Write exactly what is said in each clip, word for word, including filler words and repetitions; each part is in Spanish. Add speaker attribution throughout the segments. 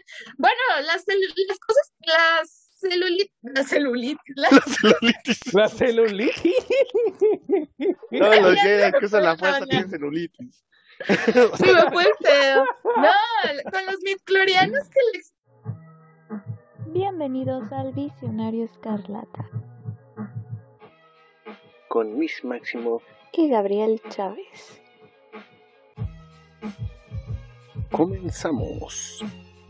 Speaker 1: Bueno, las, celu- las cosas, las celulitis, las celulitis, las...
Speaker 2: La celulitis.
Speaker 3: La celulitis.
Speaker 2: Todos los
Speaker 1: Ya
Speaker 2: Jedi
Speaker 1: se me
Speaker 2: que
Speaker 1: fue
Speaker 2: usan la
Speaker 1: la
Speaker 2: fuerza
Speaker 1: onda.
Speaker 2: tienen celulitis.
Speaker 1: Sí, me fue el pedo. No, con los midchlorianos que les...
Speaker 4: Bienvenidos al Visionario Escarlata
Speaker 2: Con Miss Máximo
Speaker 4: y Gabriel Chávez.
Speaker 2: comenzamos.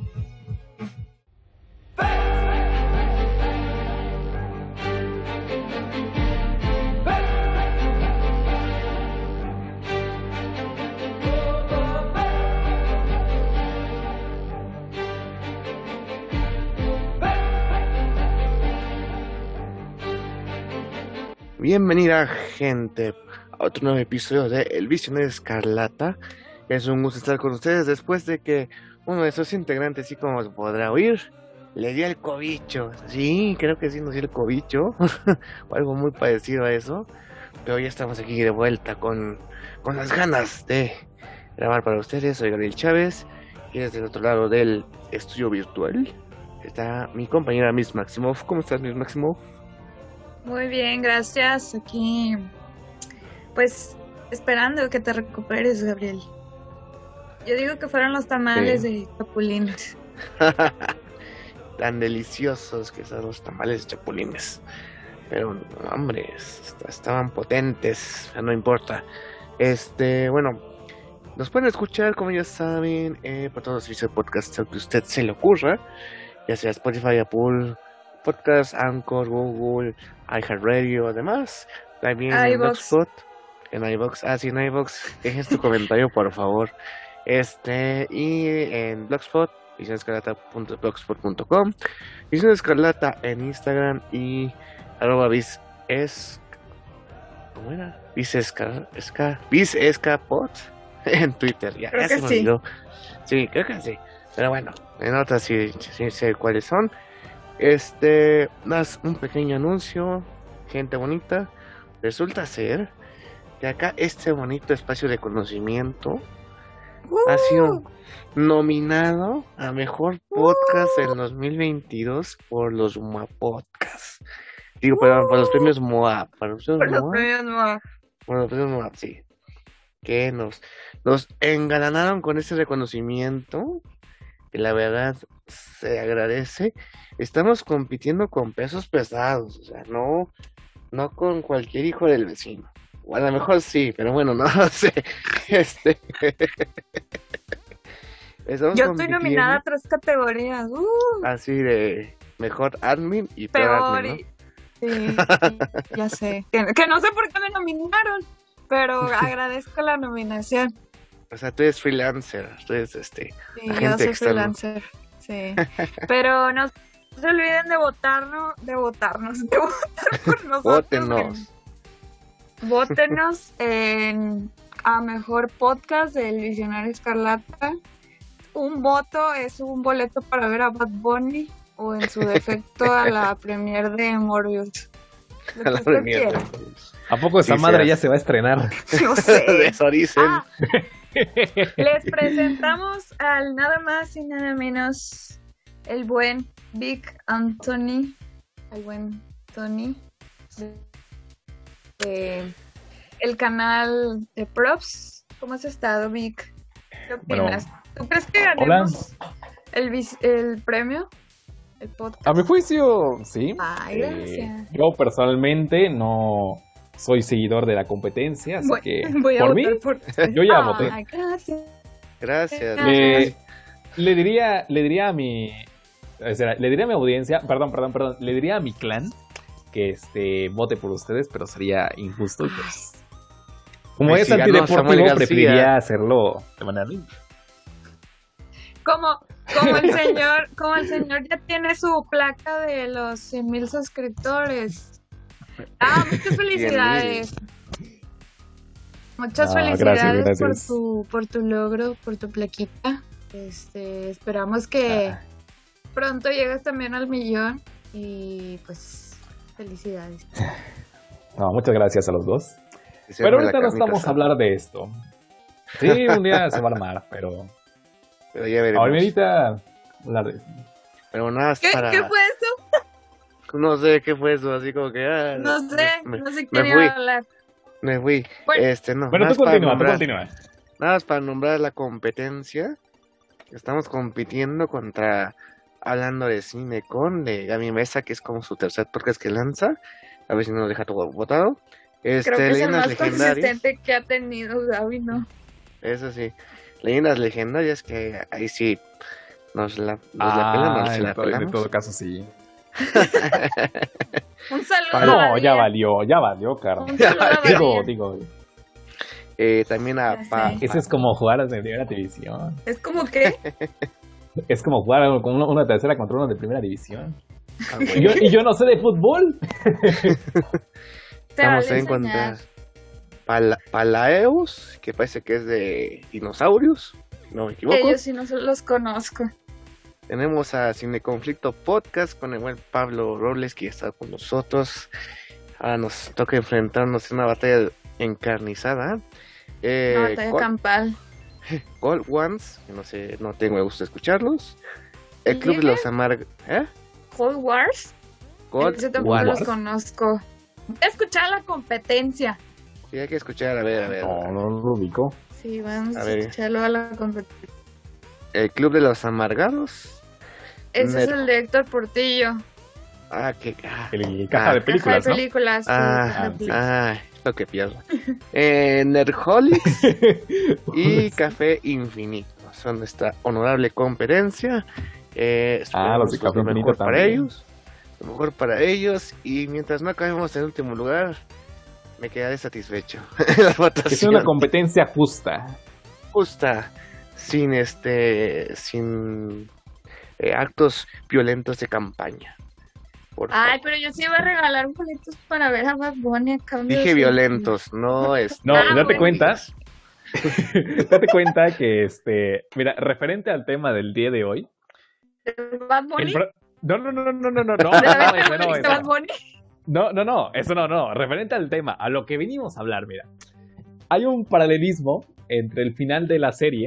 Speaker 2: Bienvenida, gente, a otro nuevo episodio de El Visionario Escarlata. Es un gusto estar con ustedes después de que uno de sus integrantes, así como se podrá oír, le dio el cobicho. Sí, creo que sí nos dio el cobicho, o algo muy parecido a eso. Pero ya estamos aquí de vuelta con, con las ganas de grabar para ustedes. Soy Gabriel Chávez y desde el otro lado del estudio virtual está mi compañera Miss Maximoff. ¿Cómo estás, Miss Maximoff?
Speaker 1: Muy bien, gracias. Aquí, pues, esperando que te recuperes, Gabriel. Yo digo que fueron los tamales
Speaker 2: Sí.
Speaker 1: de chapulines.
Speaker 2: Tan deliciosos que son los tamales de chapulines. Pero, hombre, est- estaban potentes, no importa. Este, bueno, nos pueden escuchar, como ya saben, eh, por todos los servicios de podcast que a usted se le ocurra, ya sea Spotify, Apple Podcast, Anchor, Google, iHeartRadio, además, también en
Speaker 1: iVoox.
Speaker 2: Blogspot, en iVoox, ah, sí, en iVoox, dejen su comentario, por favor. Este, y en Blogspot, visión escarlata punto blogspot punto com, Visión Escarlata en Instagram y arroba bis es, ¿cómo era? Bis esca, esca, bis escapot en Twitter, ya,
Speaker 1: Creo
Speaker 2: ya
Speaker 1: que
Speaker 2: se me
Speaker 1: sí.
Speaker 2: olvidó. Sí, creo que sí, pero bueno, en otras sí, sí sé cuáles son. Este, das un pequeño anuncio, gente bonita. Resulta ser que acá este bonito espacio de conocimiento ha sido nominado a Mejor Podcast en dos mil veintidós por los M O A Podcast. Digo, perdón, por los premios M O A. ¿Para los
Speaker 1: Por
Speaker 2: premios
Speaker 1: los
Speaker 2: M O A?
Speaker 1: premios MOA.
Speaker 2: Por los premios M O A, sí. Que nos, nos engalanaron con ese reconocimiento. Que la verdad se agradece. Estamos compitiendo con pesos pesados. O sea, no, no con cualquier hijo del vecino. O a lo mejor sí, pero bueno, no sé. Este. Estamos
Speaker 1: Yo estoy
Speaker 2: compitiendo
Speaker 1: nominada a tres categorías. Uh,
Speaker 2: así de mejor admin y peor
Speaker 1: peor.
Speaker 2: admin, ¿no?
Speaker 1: y- Sí, sí, ya sé. Que, que no sé por qué me nominaron, pero agradezco la nominación.
Speaker 2: O sea, tú eres freelancer, tú eres este
Speaker 1: Sí, yo
Speaker 2: agente
Speaker 1: soy
Speaker 2: externo.
Speaker 1: freelancer. Sí. Pero no se olviden de votarnos, de votarnos, de votar por nosotros.
Speaker 2: Vótenos.
Speaker 1: en- Vótenos en a mejor podcast del Visionario Escarlata. Un voto es un boleto para ver a Bad Bunny o en su defecto a la premier de Morbius. Lo
Speaker 2: A
Speaker 1: que
Speaker 2: la
Speaker 1: usted
Speaker 2: premier.
Speaker 1: quiera.
Speaker 3: ¿A poco esa
Speaker 2: Sí,
Speaker 3: madre
Speaker 2: seas.
Speaker 3: ya se va a estrenar?
Speaker 1: No sé.
Speaker 2: De eso dicen.
Speaker 1: Ah, les presentamos al nada más y nada menos el buen Vic Anthony, el buen Tony, de, de el canal de Props. ¿Cómo has estado, Vic? ¿Qué
Speaker 3: Bueno,
Speaker 1: opinas? ¿Tú crees que ganemos el, vis- el premio? El podcast.
Speaker 3: A mi juicio, sí.
Speaker 1: Ay,
Speaker 3: Eh,
Speaker 1: gracias.
Speaker 3: yo personalmente no soy seguidor de la competencia, así
Speaker 1: Voy,
Speaker 3: que
Speaker 1: voy a
Speaker 3: por mí,
Speaker 1: votar por usted.
Speaker 3: yo ya voté.
Speaker 1: Ay, gracias.
Speaker 2: Gracias.
Speaker 3: Le, le diría, le diría a mi, o sea, le diría a mi audiencia, perdón, perdón, perdón, le diría a mi clan que este vote por ustedes, pero sería injusto y pues, como
Speaker 2: Ay,
Speaker 3: es
Speaker 2: si ganó Samuel
Speaker 3: antideportivo,
Speaker 2: García.
Speaker 3: preferiría hacerlo de manera limpia.
Speaker 1: Como, como el señor, como el señor ya tiene su placa de los cien mil suscriptores. Ah, muchas felicidades. Muchas
Speaker 3: Ah,
Speaker 1: felicidades
Speaker 3: gracias,
Speaker 1: por
Speaker 3: gracias.
Speaker 1: tu, por tu logro, por tu plaquita. Este, esperamos que
Speaker 3: Ah.
Speaker 1: pronto llegues también al millón y pues felicidades.
Speaker 3: No, muchas gracias a los dos.
Speaker 2: Que se
Speaker 3: Pero
Speaker 2: arme la
Speaker 3: ahorita no
Speaker 2: carnita
Speaker 3: estamos a
Speaker 2: asada.
Speaker 3: hablar de esto. Sí, un día se va a armar, pero
Speaker 2: Pero ya veremos.
Speaker 3: ahorita hablar de...
Speaker 2: Pero nada más
Speaker 1: ¿Qué,
Speaker 2: para...
Speaker 1: ¿Qué fue eso?
Speaker 2: No sé qué fue eso, así como que... Ah,
Speaker 1: No sé,
Speaker 2: me,
Speaker 1: no sé
Speaker 2: me
Speaker 1: quién
Speaker 2: fui,
Speaker 1: iba a hablar.
Speaker 2: me fui.
Speaker 1: Bueno.
Speaker 2: Este, no,
Speaker 3: Bueno,
Speaker 2: nada
Speaker 3: tú
Speaker 2: más para
Speaker 3: continúa, tú
Speaker 2: nombrar,
Speaker 3: continúa.
Speaker 2: nada más para nombrar la competencia. Estamos compitiendo contra Hablando de Cine con de Gaby Mesa, que es como su tercer podcast que lanza. A ver si no lo deja todo botado. Este,
Speaker 1: Creo que es el
Speaker 2: leyendas
Speaker 1: más
Speaker 2: legendarias.
Speaker 1: consistente que ha tenido Gaby, ¿no?
Speaker 2: Eso sí. Leyendas legendarias que ahí sí nos la, nos la pelan, nos
Speaker 3: Ah,
Speaker 2: se
Speaker 3: en,
Speaker 2: la
Speaker 3: to- en
Speaker 2: pelamos.
Speaker 3: todo caso sí.
Speaker 1: Un saludo
Speaker 2: Vale.
Speaker 1: a
Speaker 3: No,
Speaker 1: Badía.
Speaker 3: ya valió, ya valió, Carlos.
Speaker 1: Un saludo a
Speaker 3: Digo,
Speaker 1: Badía.
Speaker 3: digo,
Speaker 2: Eh, también a
Speaker 1: Ya
Speaker 2: Pa-
Speaker 1: sé.
Speaker 3: ese es como jugar en primera división.
Speaker 1: Es como que...
Speaker 3: Es como jugar con uno, una tercera contra uno de primera división.
Speaker 2: Ah,
Speaker 3: Y
Speaker 2: bueno.
Speaker 3: yo, y yo no sé de fútbol.
Speaker 1: te
Speaker 2: Vamos
Speaker 1: vale
Speaker 2: a encontrar
Speaker 1: enseñar.
Speaker 2: Pala- Palaeus, que parece que es de dinosaurios, si no me equivoco.
Speaker 1: Ellos sí no los conozco.
Speaker 2: Tenemos a Cine Conflicto Podcast con el buen Pablo Robles, que está con nosotros. Ahora nos toca enfrentarnos en una batalla encarnizada. Eh,
Speaker 1: No, batalla
Speaker 2: Cold,
Speaker 1: campal.
Speaker 2: Cold Ones, que no sé, no tengo gusto escucharlos. El
Speaker 1: ¿Y
Speaker 2: Club de
Speaker 1: qué?
Speaker 2: los Amargos. ¿Eh?
Speaker 1: Cold Wars.
Speaker 2: Cold
Speaker 1: Yo tampoco
Speaker 3: Wars.
Speaker 1: los conozco. He escuchado la competencia.
Speaker 2: Sí, hay que escuchar, a ver, a ver.
Speaker 3: No, no lo ubico.
Speaker 1: Sí, vamos
Speaker 2: A
Speaker 1: a,
Speaker 2: ver.
Speaker 1: escucharlo a la competencia.
Speaker 2: El Club de los Amargados.
Speaker 1: Ese es
Speaker 2: Ner-
Speaker 1: el de Héctor Portillo.
Speaker 2: Ah, que. Ah,
Speaker 3: El caja
Speaker 2: Ah.
Speaker 3: de películas,
Speaker 1: Caja de
Speaker 3: ¿no?
Speaker 1: películas. sí,
Speaker 2: ah,
Speaker 1: caja de películas.
Speaker 2: ah, lo que pierdo. Eh, Nerdholics y Café Infinito son esta honorable competencia. Eh,
Speaker 3: Ah, los de
Speaker 2: esperemos
Speaker 3: Café
Speaker 2: lo
Speaker 3: Infinito
Speaker 2: mejor para
Speaker 3: también.
Speaker 2: ellos, lo mejor para ellos, y mientras no acabemos en último lugar, me quedaré satisfecho. La
Speaker 3: Es
Speaker 2: votación
Speaker 3: una competencia justa.
Speaker 2: justa, sin este, sin eh, actos violentos de campaña. Por
Speaker 1: Ay,
Speaker 2: favor.
Speaker 1: pero yo sí iba a regalar boletos para ver a Bad Bunny a cambio
Speaker 2: Dije
Speaker 1: de-
Speaker 2: violentos, no es.
Speaker 3: No,
Speaker 1: Ah,
Speaker 3: date
Speaker 1: bueno.
Speaker 3: cuenta. Date cuenta que, este, mira, referente al tema del día de hoy.
Speaker 1: Bad
Speaker 3: el
Speaker 1: Bunny.
Speaker 3: pro- No, no, no, no, no, no, no, no,
Speaker 1: ¿De
Speaker 3: no,
Speaker 1: verdad
Speaker 3: eso
Speaker 1: no
Speaker 3: no,
Speaker 1: viste
Speaker 3: eso
Speaker 1: Bad
Speaker 3: no.
Speaker 1: Bunny?
Speaker 3: No, no, no, eso no, no. Referente al tema, a lo que venimos a hablar, mira. Hay un paralelismo entre el final de la serie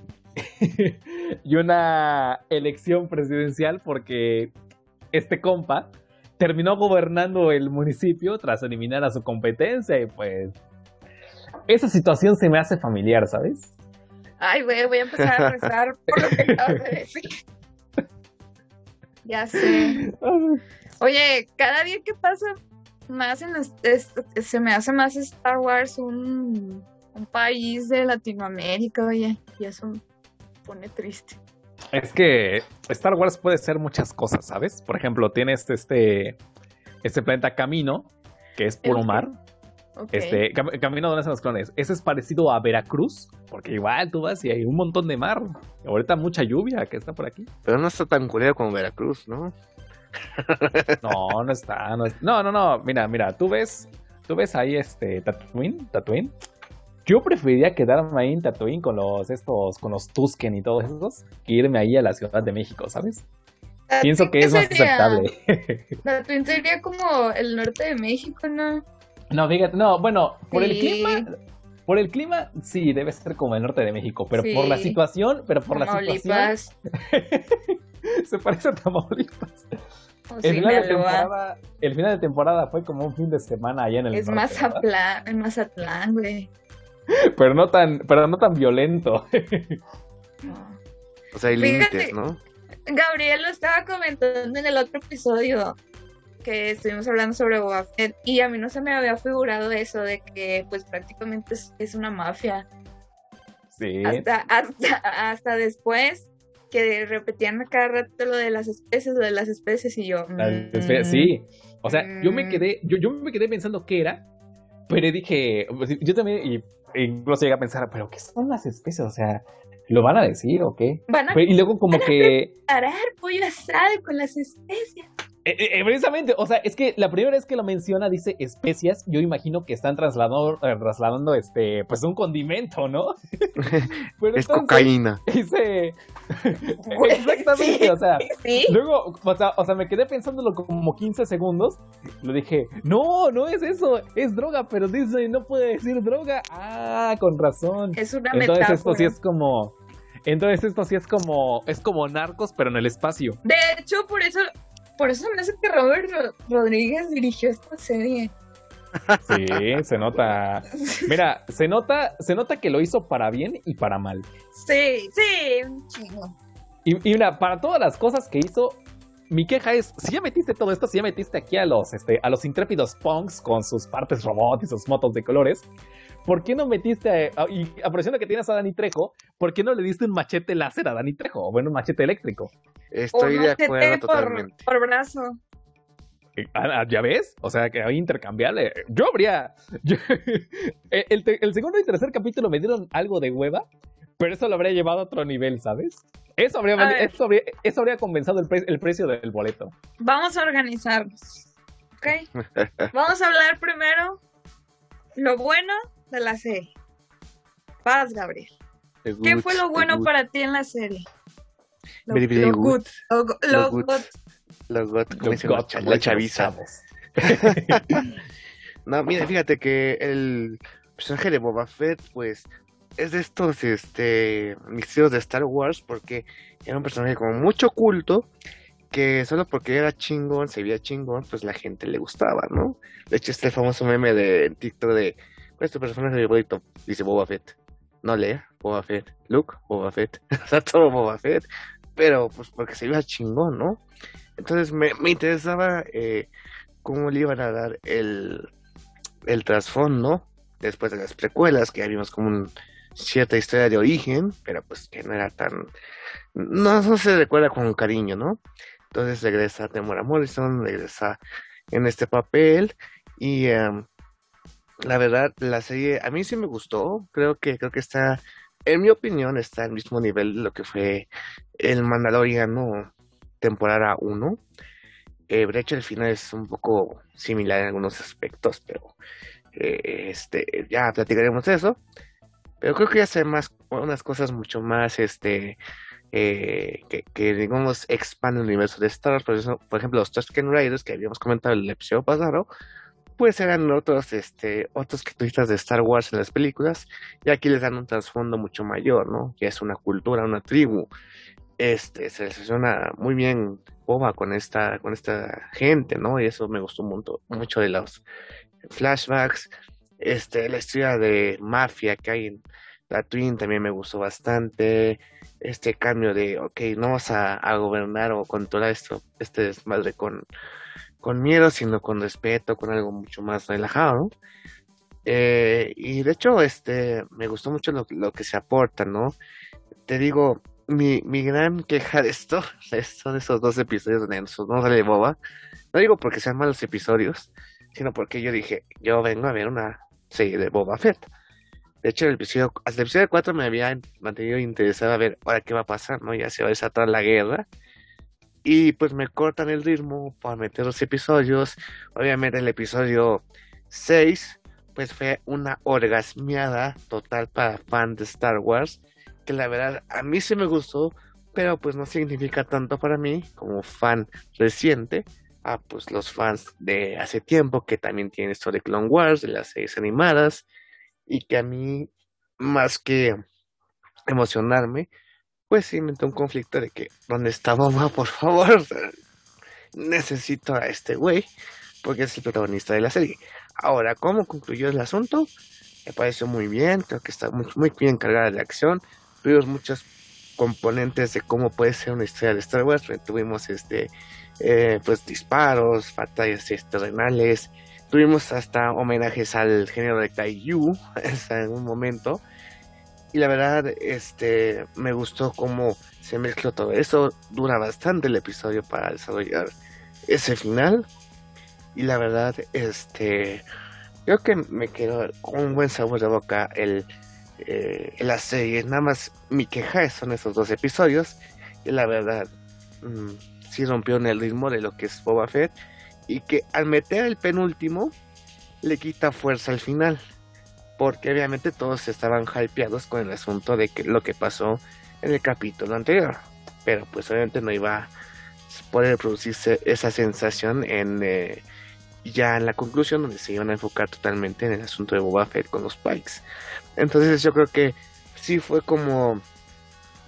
Speaker 3: y una elección presidencial porque este compa terminó gobernando el municipio tras eliminar a su competencia y pues esa situación se me hace familiar, ¿sabes?
Speaker 1: Ay, güey, voy a empezar a rezar por lo que acabas de decir. Ya sé. Oye, cada día que pasa más en los- es- se me hace más Star Wars un, un país de Latinoamérica, oye, y eso me pone triste.
Speaker 3: Es que Star Wars puede ser muchas cosas, ¿sabes? Por ejemplo, tienes este, este planeta Camino, que es puro
Speaker 1: Ok.
Speaker 3: mar.
Speaker 1: Ok.
Speaker 3: Este, Cam- Camino donde están los clones. Ese es parecido a Veracruz, porque igual tú vas y hay un montón de mar. Ahorita mucha lluvia que está por aquí.
Speaker 2: Pero no está tan culero como Veracruz, ¿no?
Speaker 3: No, no está, no, es- no, no, no. Mira, mira, tú ves, tú ves ahí este Tatooine, Tatooine. Yo preferiría quedarme ahí en Tatooine con los estos, con los Tusken y todos esos, que irme ahí a la Ciudad de México, ¿sabes? Pienso que es más aceptable.
Speaker 1: Tatooine sería como el norte de México, ¿no?
Speaker 3: No, fíjate, no, bueno, por el
Speaker 1: Sí.
Speaker 3: clima, por el clima sí debe ser como el norte de México, pero
Speaker 1: Sí.
Speaker 3: por la situación, pero por la situación
Speaker 1: Tamaulipas
Speaker 3: se parece a Tamaulipas.
Speaker 1: o
Speaker 3: El final, de
Speaker 1: Sinaloa.
Speaker 3: temporada, el final de temporada fue como un fin de semana allá en el
Speaker 1: Es
Speaker 3: norte, ¿verdad?
Speaker 1: Mazatlán, en Mazatlán, güey.
Speaker 3: pero no tan, pero no tan violento.
Speaker 1: No.
Speaker 2: O sea, hay
Speaker 1: Fíjate.
Speaker 2: límites, ¿no?
Speaker 1: Gabriel lo estaba comentando en el otro episodio que estuvimos hablando sobre Boba Fett y a mí no se me había figurado eso de que pues prácticamente es, es una mafia.
Speaker 3: Sí.
Speaker 1: Hasta, hasta, hasta después que repetían a cada rato lo de las especies, lo de las especies y yo...
Speaker 3: Las
Speaker 1: mm,
Speaker 3: espe- Sí. O sea, yo me
Speaker 1: Mm.
Speaker 3: quedé, yo, yo me quedé pensando qué era, pero dije, pues, yo también, y e incluso llegué a pensar, pero ¿qué son las especies? O sea, ¿lo van a decir o qué?
Speaker 1: Van a
Speaker 3: Pero- y luego como que
Speaker 1: preparar pollo asado con las especias.
Speaker 3: Eh, eh, precisamente, o sea, es que la primera vez que lo menciona dice especias, yo imagino que están trasladando, eh, trasladando este, pues un condimento, ¿no? Pero
Speaker 2: Es
Speaker 3: entonces
Speaker 2: cocaína.
Speaker 3: dice,
Speaker 1: Güey,
Speaker 3: exactamente,
Speaker 1: sí.
Speaker 3: o sea,
Speaker 1: Sí.
Speaker 3: luego, o sea, o sea, me quedé pensándolo como quince segundos, lo dije, no, no es eso, es droga, pero Disney no puede decir droga, ah, con razón.
Speaker 1: Es una
Speaker 3: Entonces
Speaker 1: metáfora.
Speaker 3: esto sí es como, Entonces esto sí es como, es como Narcos, pero en el espacio.
Speaker 1: De hecho, por eso, por eso me hace que Robert Ro- Rodríguez dirigió esta serie.
Speaker 3: Sí, se nota. Mira, se nota, se nota que lo hizo para bien y para mal.
Speaker 1: Sí, sí, un chingo.
Speaker 3: Y, y mira, para todas las cosas que hizo, mi queja es, si ya metiste todo esto, si ya metiste aquí a los, este, a los intrépidos punks con sus partes robot y sus motos de colores, ¿por qué no metiste, a, y aprovechando que tienes a Dani Trejo, ¿por qué no le diste un machete láser a Dani Trejo? O bueno, un machete eléctrico.
Speaker 2: Estoy
Speaker 1: O
Speaker 2: de
Speaker 1: machete
Speaker 2: acuerdo
Speaker 1: por,
Speaker 2: totalmente.
Speaker 1: por brazo.
Speaker 3: Eh, ah, ¿Ya ves? O sea, que hay intercambiable. Yo habría... yo- el, te- el segundo y tercer capítulo me dieron algo de hueva, pero eso lo habría llevado a otro nivel, ¿sabes? Eso habría,
Speaker 1: A
Speaker 3: vali-
Speaker 1: ver.
Speaker 3: eso habría, eso habría compensado el, pre- el precio del boleto.
Speaker 1: Vamos a organizarnos. ¿Ok? Vamos a hablar primero lo bueno de la serie. Vas, Gabriel.
Speaker 2: The
Speaker 1: ¿Qué
Speaker 2: good,
Speaker 1: fue lo
Speaker 2: the
Speaker 1: bueno
Speaker 2: good,
Speaker 1: para ti en la serie? Lo,
Speaker 2: very, very
Speaker 1: lo
Speaker 2: good.
Speaker 1: good. Lo, go-
Speaker 2: Lo
Speaker 1: lo
Speaker 2: good.
Speaker 1: good.
Speaker 2: Lo got, como
Speaker 3: Lo
Speaker 2: dicen los
Speaker 3: got,
Speaker 2: cha-
Speaker 3: como
Speaker 2: la
Speaker 3: dicen los
Speaker 2: chaviza.
Speaker 3: chavos.
Speaker 2: No, mira, fíjate que el personaje de Boba Fett, pues, es de estos, este, misterios de Star Wars, porque era un personaje como mucho culto, que solo porque era chingón, se veía chingón, pues la gente le gustaba, ¿no? De hecho, está el famoso meme de TikTok de, ¿cuál es tu personaje favorito? Dice Boba Fett. No lea, Boba Fett. Luke, Boba Fett. O sea, todo Boba Fett. Pero, pues, porque se veía chingón, ¿no? Entonces, me, me interesaba eh, cómo le iban a dar el, el trasfondo después de las precuelas, que ya vimos como un, cierta historia de origen, pero pues que no era tan... No, no se recuerda con cariño, ¿no? Entonces regresa Temuera Morrison, regresa en este papel y em, la verdad la serie a mí sí me gustó, creo que creo que está, en mi opinión, está al mismo nivel de lo que fue el Mandaloriano temporada uno. Eh, de hecho el final es un poco similar en algunos aspectos, pero eh, este ya platicaremos de eso. Pero creo que ya sé más, unas cosas mucho más, este, eh, que, que, digamos, expanden el universo de Star Wars. Por eso, por ejemplo, los Tusken Raiders, que habíamos comentado en el episodio pasado, pues eran otros, este, otros criaturas de Star Wars en las películas, y aquí les dan un trasfondo mucho mayor, ¿no? Ya es una cultura, una tribu. Este, se relaciona muy bien Boba con esta, con esta gente, ¿no? Y eso me gustó un montón, mucho de los flashbacks. Este, la historia de mafia que hay en Tatooine también me gustó bastante. Este cambio de, ok, no vamos a, a gobernar o controlar esto, este desmadre con, con miedo, sino con respeto, con algo mucho más relajado, ¿no? Eh, y de hecho, este, me gustó mucho lo, lo que se aporta, ¿no? Te digo, mi, mi gran queja de esto, de esto, de esos dos episodios donde no sale Boba, no digo porque sean malos episodios, sino porque yo dije, yo vengo a ver una serie de Boba Fett. De hecho, el episodio, hasta el episodio cuatro me había mantenido interesado a ver ahora qué va a pasar, ¿no? Ya se va a desatar la guerra. Y pues me cortan el ritmo para meter los episodios. Obviamente el episodio seis, pues fue una orgasmeada total para fans de Star Wars. Que la verdad, a mí sí me gustó, pero pues no significa tanto para mí como fan reciente. A pues los fans de hace tiempo que también tienen esto de Clone Wars, de las series animadas, y que a mí, más que emocionarme, pues sí me entró un conflicto de que, ¿dónde está Boba, por favor? O sea, necesito a este güey, porque es el protagonista de la serie. Ahora, ¿cómo concluyó el asunto? Me pareció muy bien, creo que está muy, muy bien cargada de acción. Tuvimos muchos componentes de cómo puede ser una historia de Star Wars. Tuvimos este, eh, pues disparos, batallas terrenales. Tuvimos hasta homenajes al género de Kaiju en un momento. Y la verdad, este, me gustó cómo se mezcló todo eso. Dura bastante el episodio para desarrollar ese final. Y la verdad, este, creo que me quedó con un buen sabor de boca el, eh, la serie. Nada más mi queja son esos dos episodios. Y la verdad, mmm, sí rompió en el ritmo de lo que es Boba Fett. Y que al meter el penúltimo, le quita fuerza al final. Porque obviamente todos estaban hypeados con el asunto de que lo que pasó en el capítulo anterior. Pero pues obviamente no iba a poder producirse esa sensación en eh, ya en la conclusión, donde se iban a enfocar totalmente en el asunto de Boba Fett con los Pikes. Entonces yo creo que sí fue como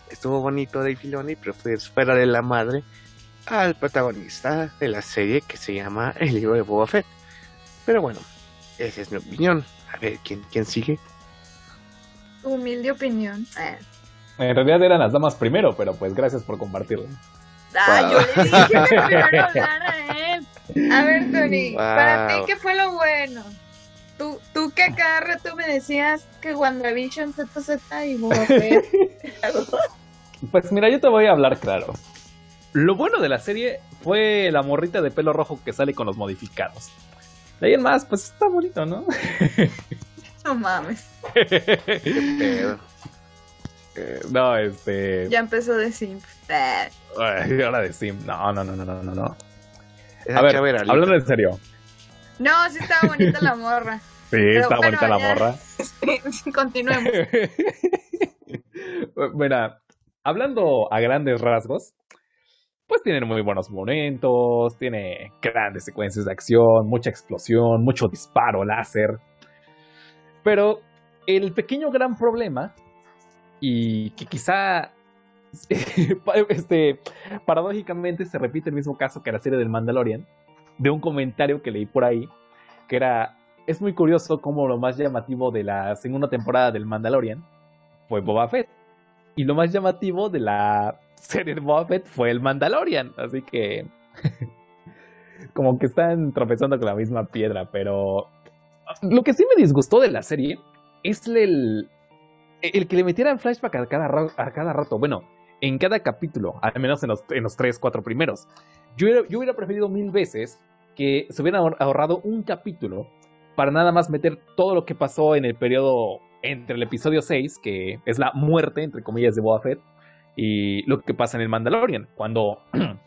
Speaker 2: estuvo bonito Dave Filoni, pero fue fuera de la madre al protagonista de la serie que se llama El libro de Boba Fett. Pero bueno, esa es mi opinión. A ver, ¿quién, quién sigue?
Speaker 1: Tu humilde opinión. Eh.
Speaker 3: En realidad eran las damas primero, pero pues gracias por compartirlo.
Speaker 1: Ah,
Speaker 2: Wow.
Speaker 1: yo le dije que primero hablara a él. A ver, Tony,
Speaker 2: Wow.
Speaker 1: para ti, ¿qué fue lo bueno? Tú, tú que cada rato me decías que WandaVision, Z Z y Boba Fett.
Speaker 3: Pues mira, yo te voy a hablar claro. Lo bueno de la serie fue la morrita de pelo rojo que sale con los modificados. De ahí en más, pues está bonito, ¿no?
Speaker 1: No mames.
Speaker 2: ¿Qué pedo?
Speaker 3: Eh, no, este...
Speaker 1: Ya empezó de simp. Eh.
Speaker 3: Ay, ahora de Sim. No, no, no, no, no, no, no.
Speaker 2: Esa
Speaker 3: A ver,
Speaker 2: chava era linda.
Speaker 3: hablando en serio.
Speaker 1: No, sí estaba bonita la morra.
Speaker 3: Sí,
Speaker 1: Pero
Speaker 3: está
Speaker 1: bueno,
Speaker 3: bonita la
Speaker 1: ya.
Speaker 3: morra.
Speaker 1: Continuemos.
Speaker 3: Bueno, hablando a grandes rasgos, pues tienen muy buenos momentos, tiene grandes secuencias de acción, mucha explosión, mucho disparo láser. Pero el pequeño gran problema, y que quizá este, paradójicamente se repite el mismo caso que la serie del Mandalorian, de un comentario que leí por ahí, que era, es muy curioso cómo lo más llamativo de la segunda temporada del Mandalorian fue Boba Fett, y lo más llamativo de la serie de Boba Fett fue el Mandalorian, así que como que están tropezando con la misma piedra. Pero lo que sí me disgustó de la serie es el, el que le metieran flashback a cada, a cada rato, bueno, en cada capítulo, al menos en los, en los tres, cuatro primeros. Yo hubiera, yo hubiera preferido mil veces que se hubieran ahorrado un capítulo para nada más meter todo lo que pasó en el periodo entre el episodio seis, que es la muerte, entre comillas, de Boba Fett, y lo que pasa en el Mandalorian, cuando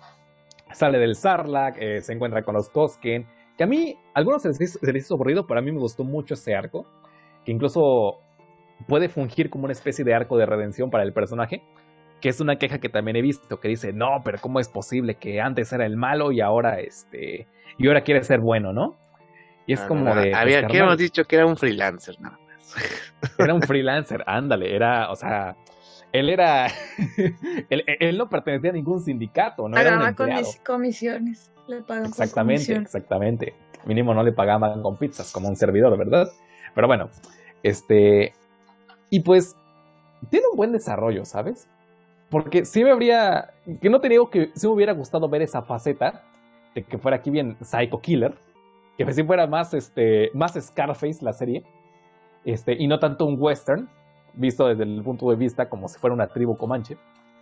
Speaker 3: sale del Sarlacc, eh, se encuentra con los Tusken, que a mí, a algunos se les, hizo, se les hizo aburrido, pero a mí me gustó mucho ese arco, que incluso puede fungir como una especie de arco de redención para el personaje, que es una queja que también he visto, que dice, no, pero ¿cómo es posible que antes era el malo y ahora, este, y ahora quiere ser bueno, ¿no? Y es
Speaker 2: No,
Speaker 3: como
Speaker 2: no, no.
Speaker 3: de...
Speaker 2: Había,
Speaker 3: pues,
Speaker 2: ¿qué hemos dicho? Que era un freelancer, nada más.
Speaker 3: Era un freelancer, ándale, era, o sea, él era, él, él no pertenecía a ningún sindicato, no era un
Speaker 1: Pagaba
Speaker 3: empleado.
Speaker 1: comis- comisiones. Le pagan por
Speaker 3: Exactamente,
Speaker 1: comisión.
Speaker 3: exactamente. Mínimo no le pagaban con pizzas como un servidor, ¿verdad? Pero bueno, este, y pues tiene un buen desarrollo, ¿sabes? Porque sí me habría, que no te digo que sí me hubiera gustado ver esa faceta de que fuera aquí bien Psycho Killer, que sí fuera más, este, más Scarface la serie. Este, y no tanto un western, visto desde el punto de vista como si fuera una tribu comanche.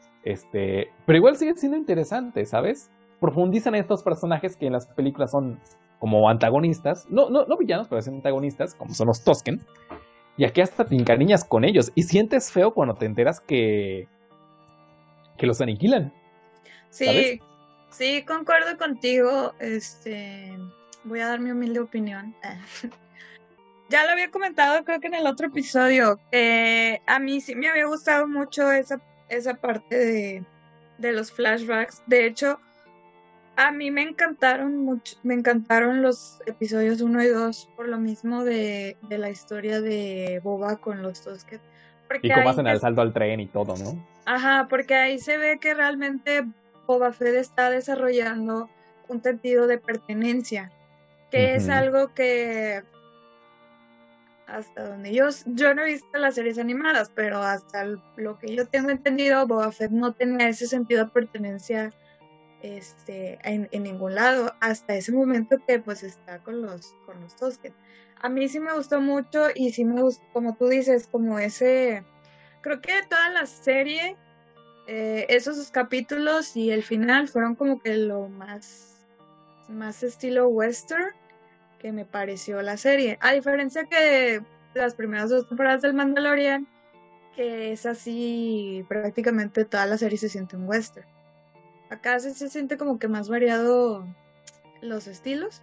Speaker 3: Este, pero igual sigue siendo interesante, ¿sabes? Profundizan en estos personajes que en las películas son como antagonistas, no, no, no villanos, pero son antagonistas, como son los Tusken. Y aquí hasta te encariñas con ellos. Y sientes feo cuando te enteras que, que los aniquilan.
Speaker 1: Sí,
Speaker 3: ¿sabes?
Speaker 1: sí, concuerdo contigo. Este, voy a dar mi humilde opinión. Ya lo había comentado, creo que en el otro episodio. Eh, a mí sí me había gustado mucho esa, esa parte de, de los flashbacks. De hecho, a mí me encantaron mucho, me encantaron los episodios uno y dos por lo mismo de, de la historia de Boba con los Tusken.
Speaker 3: Y cómo hacen el salto al tren y todo, ¿no?
Speaker 1: Ajá, porque ahí se ve que realmente Boba Fett está desarrollando un sentido de pertenencia, que uh-huh. es algo que hasta donde yo, yo no he visto las series animadas, pero hasta lo que yo tengo entendido, Boba Fett no tenía ese sentido de pertenencia este, en, en ningún lado, hasta ese momento que pues está con los, con los Tusken. A mí sí me gustó mucho y sí me gustó, como tú dices, como ese, creo que toda la serie, eh, esos capítulos y el final fueron como que lo más, más estilo western que me pareció la serie, a diferencia que las primeras dos temporadas del Mandalorian, que es así, prácticamente toda la serie se siente un western. Acá se, se siente como que más variado los estilos.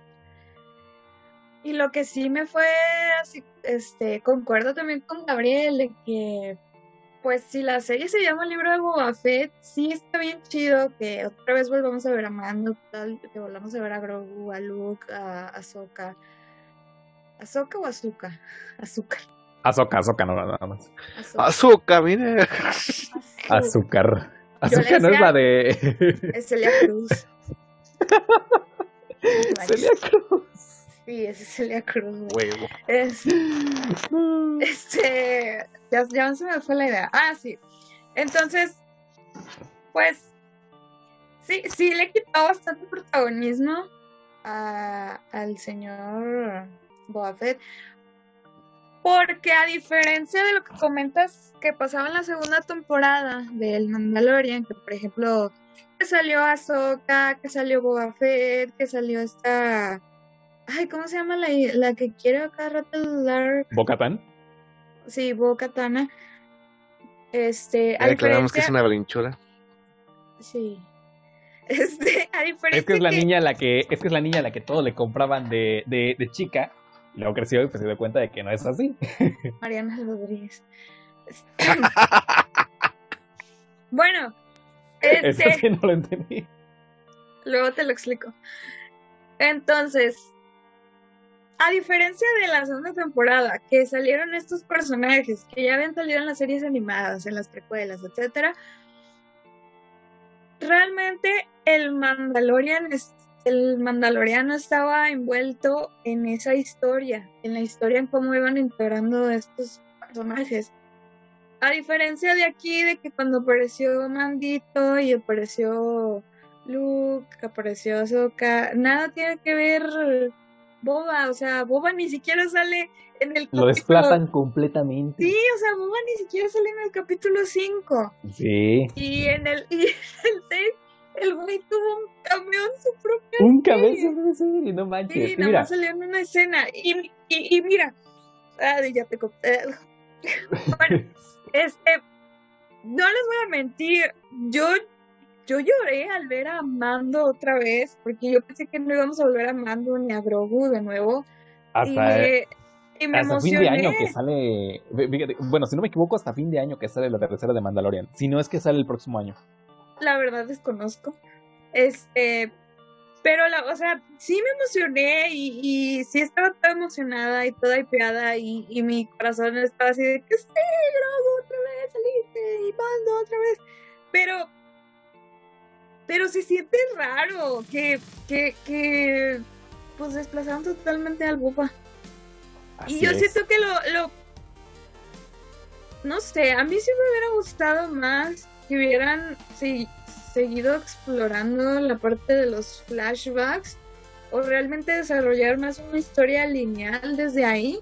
Speaker 1: Y lo que sí me fue así, este, concuerdo también con Gabriel de que pues si la serie se llama El libro de Boba Fett, sí está bien chido que otra vez volvamos a ver a Mando, tal, que volvamos a ver a Grogu, a Luke, a Ahsoka. ¿Ahsoka o Azuka? Azúcar.
Speaker 3: Ahsoka, Ahsoka, no, nada más.
Speaker 1: Azúcar.
Speaker 2: Azúcar, mire.
Speaker 3: Azúcar.
Speaker 1: Yo
Speaker 3: Azúcar
Speaker 1: le
Speaker 3: no es
Speaker 1: decía-
Speaker 3: la de...
Speaker 1: Es Celia Cruz.
Speaker 3: Celia Cruz.
Speaker 1: Sí, ese es Celia Cruz. güey.
Speaker 2: Huevo.
Speaker 1: Es, este, ya, ya se me fue la idea. Ah, sí. Entonces, pues, sí, sí le quitó bastante protagonismo a, al señor Boba Fett. Porque a diferencia de lo que comentas que pasaba en la segunda temporada del Mandalorian, que por ejemplo, que salió Ahsoka, que salió Boba Fett, que salió esta... Ay, ¿cómo se llama la, la que quiere a cada rato dar?
Speaker 3: ¿Bo-Katan?
Speaker 1: Sí, Bo-Katana. Este, a
Speaker 2: Ya declaramos que es
Speaker 1: diferencia...
Speaker 2: una brinchura.
Speaker 1: Sí. Este, a diferencia
Speaker 3: Es que es la niña a la que, es que es la niña a la que todos le compraban de, de, de chica. Y luego creció y pues se dio cuenta de que no es así.
Speaker 1: Mariana Rodríguez. Bueno,
Speaker 3: Eso
Speaker 1: este,
Speaker 3: sí no lo entendí.
Speaker 1: luego te lo explico. Entonces, a diferencia de la segunda temporada, que salieron estos personajes que ya habían salido en las series animadas, en las precuelas, etcétera, realmente el Mandalorian es- el Mandaloriano estaba envuelto en esa historia, en la historia en cómo iban integrando estos personajes. A diferencia de aquí, de que cuando apareció Mandito y apareció Luke, apareció Ahsoka, nada tiene que ver Boba, o sea, Boba ni siquiera sale en el
Speaker 3: Lo
Speaker 1: capítulo...
Speaker 3: desplazan completamente.
Speaker 1: Sí, o sea, Boba ni siquiera sale en el capítulo cinco.
Speaker 3: Sí.
Speaker 1: Y en el, y en el seis, el güey tuvo un cameo en su propia
Speaker 3: Un
Speaker 1: serie.
Speaker 3: cabeza de serie, no manches.
Speaker 1: Sí,
Speaker 3: Y
Speaker 1: nada
Speaker 3: mira,
Speaker 1: más salió en una escena. Y, y, y mira, ah, ya te conté. Bueno, este, no les voy a mentir, yo, yo lloré al ver a Mando otra vez, porque yo pensé que no íbamos a volver a Mando ni a Grogu de nuevo.
Speaker 3: hasta,
Speaker 1: y me, y me
Speaker 3: hasta fin de
Speaker 1: emocioné.
Speaker 3: año que sale. Fíjate, bueno, si no me equivoco, hasta fin de año que sale la tercera de Mandalorian. Si no es que sale el próximo año.
Speaker 1: La verdad desconozco. Este, pero la, o sea, sí me emocioné y, y sí estaba toda emocionada y toda hypeada y, y mi corazón estaba así de que sí, Grogu otra vez saliste y Mando otra vez. Pero, pero se siente raro que, que, que pues desplazaron totalmente al Boba.
Speaker 3: Así
Speaker 1: Y yo
Speaker 3: es.
Speaker 1: siento que lo, lo, no sé, a mí sí me hubiera gustado más que hubieran sí, seguido explorando la parte de los flashbacks o realmente desarrollar más una historia lineal desde ahí.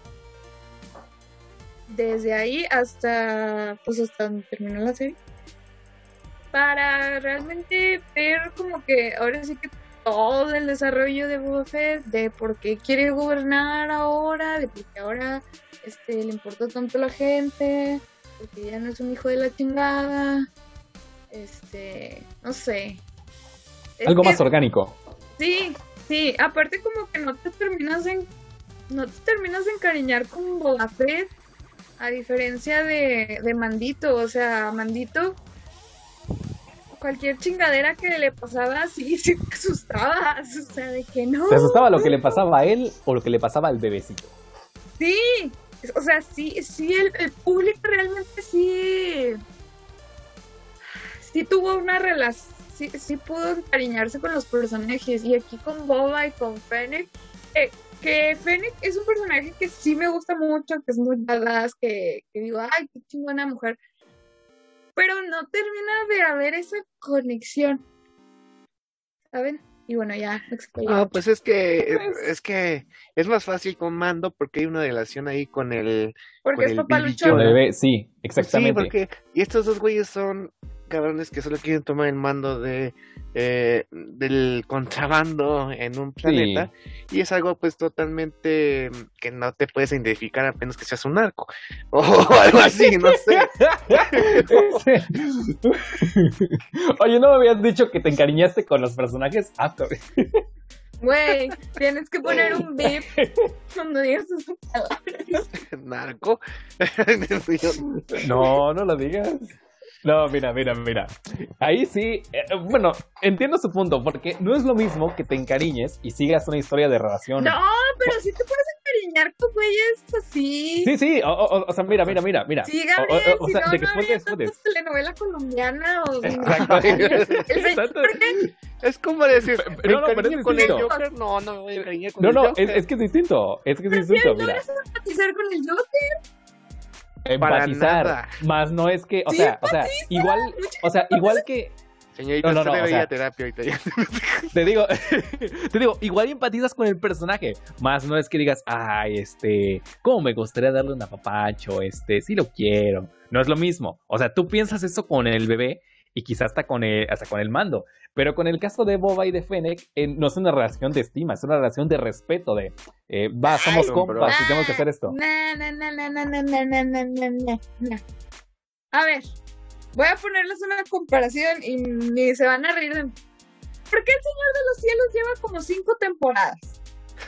Speaker 1: Desde ahí hasta, pues hasta donde terminó la serie. Para realmente ver como que ahora sí que todo el desarrollo de Boba Fett, de por qué quiere gobernar ahora, de por qué ahora este, le importa tanto a la gente, porque ya no es un hijo de la chingada, este, no sé. Es
Speaker 3: Algo
Speaker 1: que-
Speaker 3: más orgánico.
Speaker 1: Sí, sí, aparte como que no te terminas de, no te terminas de encariñar con Boba Fett, a diferencia de, de Mandito, o sea, Mandito, cualquier chingadera que le pasaba, sí, sí te asustabas, o sea, de que no.
Speaker 3: ¿Te asustaba lo que le pasaba a él o lo que le pasaba al bebecito?
Speaker 1: Sí, o sea, sí, sí, el, el público realmente sí, sí tuvo una relación, sí, sí pudo encariñarse con los personajes, y aquí con Boba y con Fennec, eh, que Fennec es un personaje que sí me gusta mucho, que es muy badass, que, que digo, ay, qué chingona mujer, pero no termina de haber esa conexión, ¿saben? Y bueno, ya, me explayé
Speaker 2: No,
Speaker 1: mucho.
Speaker 2: pues es que es que es más fácil con Mando porque hay una relación ahí con el
Speaker 1: Porque
Speaker 2: con
Speaker 1: es
Speaker 2: el
Speaker 1: papá
Speaker 2: Baby
Speaker 1: luchón.
Speaker 3: Con el
Speaker 2: Yoda.
Speaker 3: bebé, sí,
Speaker 2: Pues sí,
Speaker 3: exactamente.
Speaker 2: porque y estos dos güeyes son cabrones que solo quieren tomar el mando de eh, del contrabando en un planeta y es algo pues totalmente que no te puedes identificar a menos que seas un narco o algo así, no sé.
Speaker 3: Oye, ¿no me habías dicho que te encariñaste con los personajes? Ah, cabrón.
Speaker 1: Güey, tienes que poner un beep cuando digas esas palabras.
Speaker 2: Narco.
Speaker 3: No, no lo digas. No, mira, mira, mira. Ahí sí, eh, bueno, entiendo su punto, porque no es lo mismo que te encariñes y sigas una historia de relación.
Speaker 1: No, pero sí te puedes encariñar con güeyes así.
Speaker 3: Sí, sí, o, o, o sea, mira, mira, mira, mira.
Speaker 1: Sí, Gabriel,
Speaker 3: o, o, o
Speaker 1: si
Speaker 3: sea,
Speaker 1: no,
Speaker 3: de que
Speaker 1: no
Speaker 3: puedes,
Speaker 1: habría
Speaker 3: puedes.
Speaker 1: tanta telenovela colombiana o...
Speaker 3: Exacto. Exacto.
Speaker 1: ¿Por qué?
Speaker 2: Es como decir,
Speaker 3: Pero no,
Speaker 2: ¿me
Speaker 3: pero es
Speaker 2: encariño con el
Speaker 3: distinto.
Speaker 2: Joker? No, no me voy a encariñar con
Speaker 3: No,
Speaker 2: el
Speaker 3: no,
Speaker 2: Joker.
Speaker 3: es, es que es distinto. Es que es
Speaker 1: ¿Pero
Speaker 3: distinto,
Speaker 1: no
Speaker 3: mira.
Speaker 1: vas a empatizar con el Joker?
Speaker 2: Para
Speaker 3: Empatizar.
Speaker 2: nada.
Speaker 3: Más no es que, o
Speaker 1: Sí,
Speaker 3: sea, o sea, igual, o sea, igual que.
Speaker 2: Señorita,
Speaker 3: No, no,
Speaker 2: usted
Speaker 3: no, o
Speaker 2: debería
Speaker 3: sea-
Speaker 2: terapia ahorita ya.
Speaker 3: Te digo, te digo, igual empatizas con el personaje, más no es que digas, ay, este, ¿cómo me gustaría darle un apapacho? Este, sí lo quiero. No es lo mismo. O sea, tú piensas eso con el bebé y quizás hasta con el, hasta con el mando. Pero con el caso de Boba y de Fennec, eh, no es una relación de estima, es una relación de respeto, de, eh, va, somos
Speaker 2: Ay,
Speaker 3: compas
Speaker 2: bro.
Speaker 3: y tenemos que hacer esto.
Speaker 1: No, no, no, no, no, no, no, no, no, no, no, no. A ver, voy a ponerles una comparación y ni se van a reír de mí. ¿Por qué el Señor de los Cielos lleva como cinco temporadas?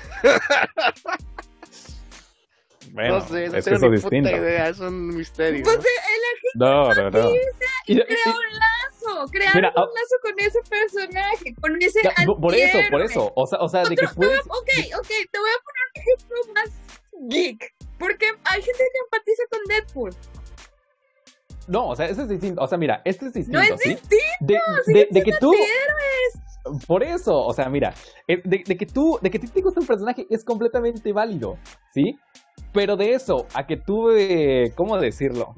Speaker 3: Bueno,
Speaker 2: no sé, no
Speaker 3: es que
Speaker 2: tengo
Speaker 3: eso
Speaker 2: ni
Speaker 3: es
Speaker 2: puta
Speaker 3: distinto.
Speaker 2: idea, es un misterio.
Speaker 1: Pues
Speaker 2: ¿no?
Speaker 1: el
Speaker 3: No, no, no. Y- y-
Speaker 1: creó un lazo, crearon
Speaker 3: Mira, ah-
Speaker 1: un lazo con ese personaje, con ese
Speaker 3: ya, por- por eso, por
Speaker 1: antihéroe.
Speaker 3: eso. O sea, o sea, de que
Speaker 1: Otro- te voy
Speaker 3: puedes.
Speaker 1: a- Ok, ok, te voy a poner un ejemplo más geek. Porque hay gente que empatiza con Deadpool.
Speaker 3: No, o sea, eso es distinto. O sea, mira, esto es distinto,
Speaker 1: No es
Speaker 3: ¿sí?
Speaker 1: distinto,
Speaker 3: De,
Speaker 1: siguen
Speaker 3: de, de que
Speaker 1: siendo
Speaker 3: tú.
Speaker 1: antihéroes.
Speaker 3: Por eso, o sea, mira, eh, de, de que tú, de que a ti te gusta un personaje es completamente válido, ¿sí? Pero de eso, a que tú, eh, ¿cómo decirlo?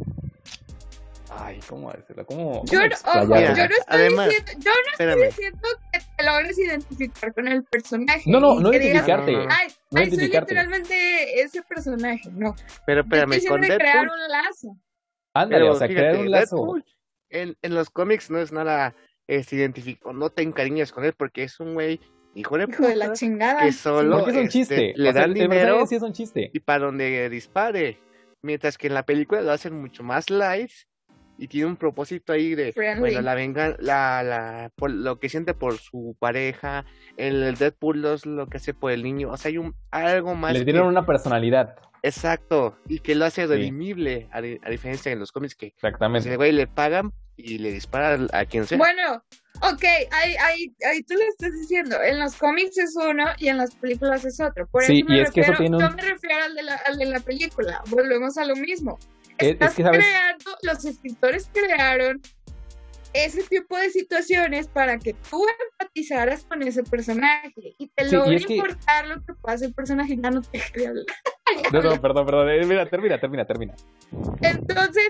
Speaker 3: Ay, ¿cómo decirlo? ¿Cómo,
Speaker 1: Yo,
Speaker 3: cómo
Speaker 1: no-
Speaker 3: explayarlo?
Speaker 1: ojo,
Speaker 2: Mira,
Speaker 1: yo no estoy
Speaker 2: además,
Speaker 1: diciendo, yo no estoy
Speaker 2: espérame.
Speaker 1: diciendo que te logres identificar con el personaje.
Speaker 3: No, no,
Speaker 1: y
Speaker 3: no
Speaker 1: que digas,
Speaker 3: identificarte.
Speaker 2: No, no, no.
Speaker 1: Ay,
Speaker 3: No
Speaker 1: ay, soy
Speaker 3: identificarte.
Speaker 1: literalmente ese personaje. No.
Speaker 2: Pero
Speaker 1: Yo
Speaker 2: espérame,
Speaker 1: estoy
Speaker 2: con
Speaker 1: diciendo de crear
Speaker 2: Deadpool,
Speaker 1: un lazo.
Speaker 3: Ándale,
Speaker 2: pero
Speaker 3: o sea,
Speaker 2: fíjate,
Speaker 3: crear un lazo.
Speaker 2: Deadpool en, en los cómics no es nada, es identifico, no te encariñas con él porque es un güey, hijo de
Speaker 1: Hijo de la
Speaker 2: puta,
Speaker 1: chingada.
Speaker 2: que solo
Speaker 3: Porque es un
Speaker 2: este,
Speaker 3: chiste.
Speaker 2: le
Speaker 3: o sea,
Speaker 2: dan
Speaker 3: el personaje
Speaker 2: dinero
Speaker 3: sí es un chiste.
Speaker 2: y para donde dispare. Mientras que en la película lo hacen mucho más light y tiene un propósito ahí de,
Speaker 1: Friendly.
Speaker 2: bueno, la vengan, la, la, por lo que siente por su pareja, el, el Deadpool es lo que hace por el niño, o sea, hay un algo más
Speaker 3: Le
Speaker 2: que-
Speaker 3: dieron una personalidad.
Speaker 2: exacto, y que lo hace
Speaker 3: Sí.
Speaker 2: redimible, a, di- a diferencia en los cómics que pues,
Speaker 3: Exactamente.
Speaker 2: el güey le pagan y le dispara a quien sea.
Speaker 1: Bueno, ok, ahí, ahí, ahí tú le estás diciendo, en los cómics es uno y en las películas es otro. Por
Speaker 3: Sí,
Speaker 1: eso me
Speaker 3: y es que eso
Speaker 1: refiero,
Speaker 3: tiene un-
Speaker 1: yo me refiero al de, la, al de la película, volvemos a lo mismo.
Speaker 3: Es- es
Speaker 1: Estás
Speaker 3: que, ¿sabes?
Speaker 1: creando, los escritores crearon ese tipo de situaciones para que tú empatizaras con ese personaje y te
Speaker 3: Sí, y
Speaker 1: logre
Speaker 3: es que-
Speaker 1: importar lo que pasa el personaje. Ya no te quería hablar.
Speaker 3: No, no, perdón, perdón. Eh, Mira, termina, termina, termina.
Speaker 1: Entonces,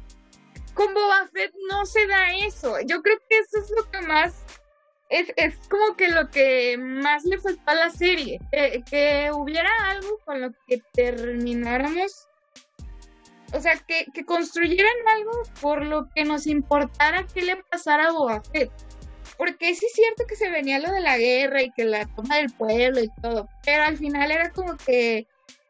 Speaker 1: con Boba Fett no se da eso. Yo creo que eso es lo que más es, es como que lo que más le faltó a la serie, que, que hubiera algo con lo que termináramos, o sea, que, que construyeran algo por lo que nos importara qué le pasara a Boba Fett. Porque sí es cierto que se venía lo de la guerra y que la toma del pueblo y todo, pero al final era como que,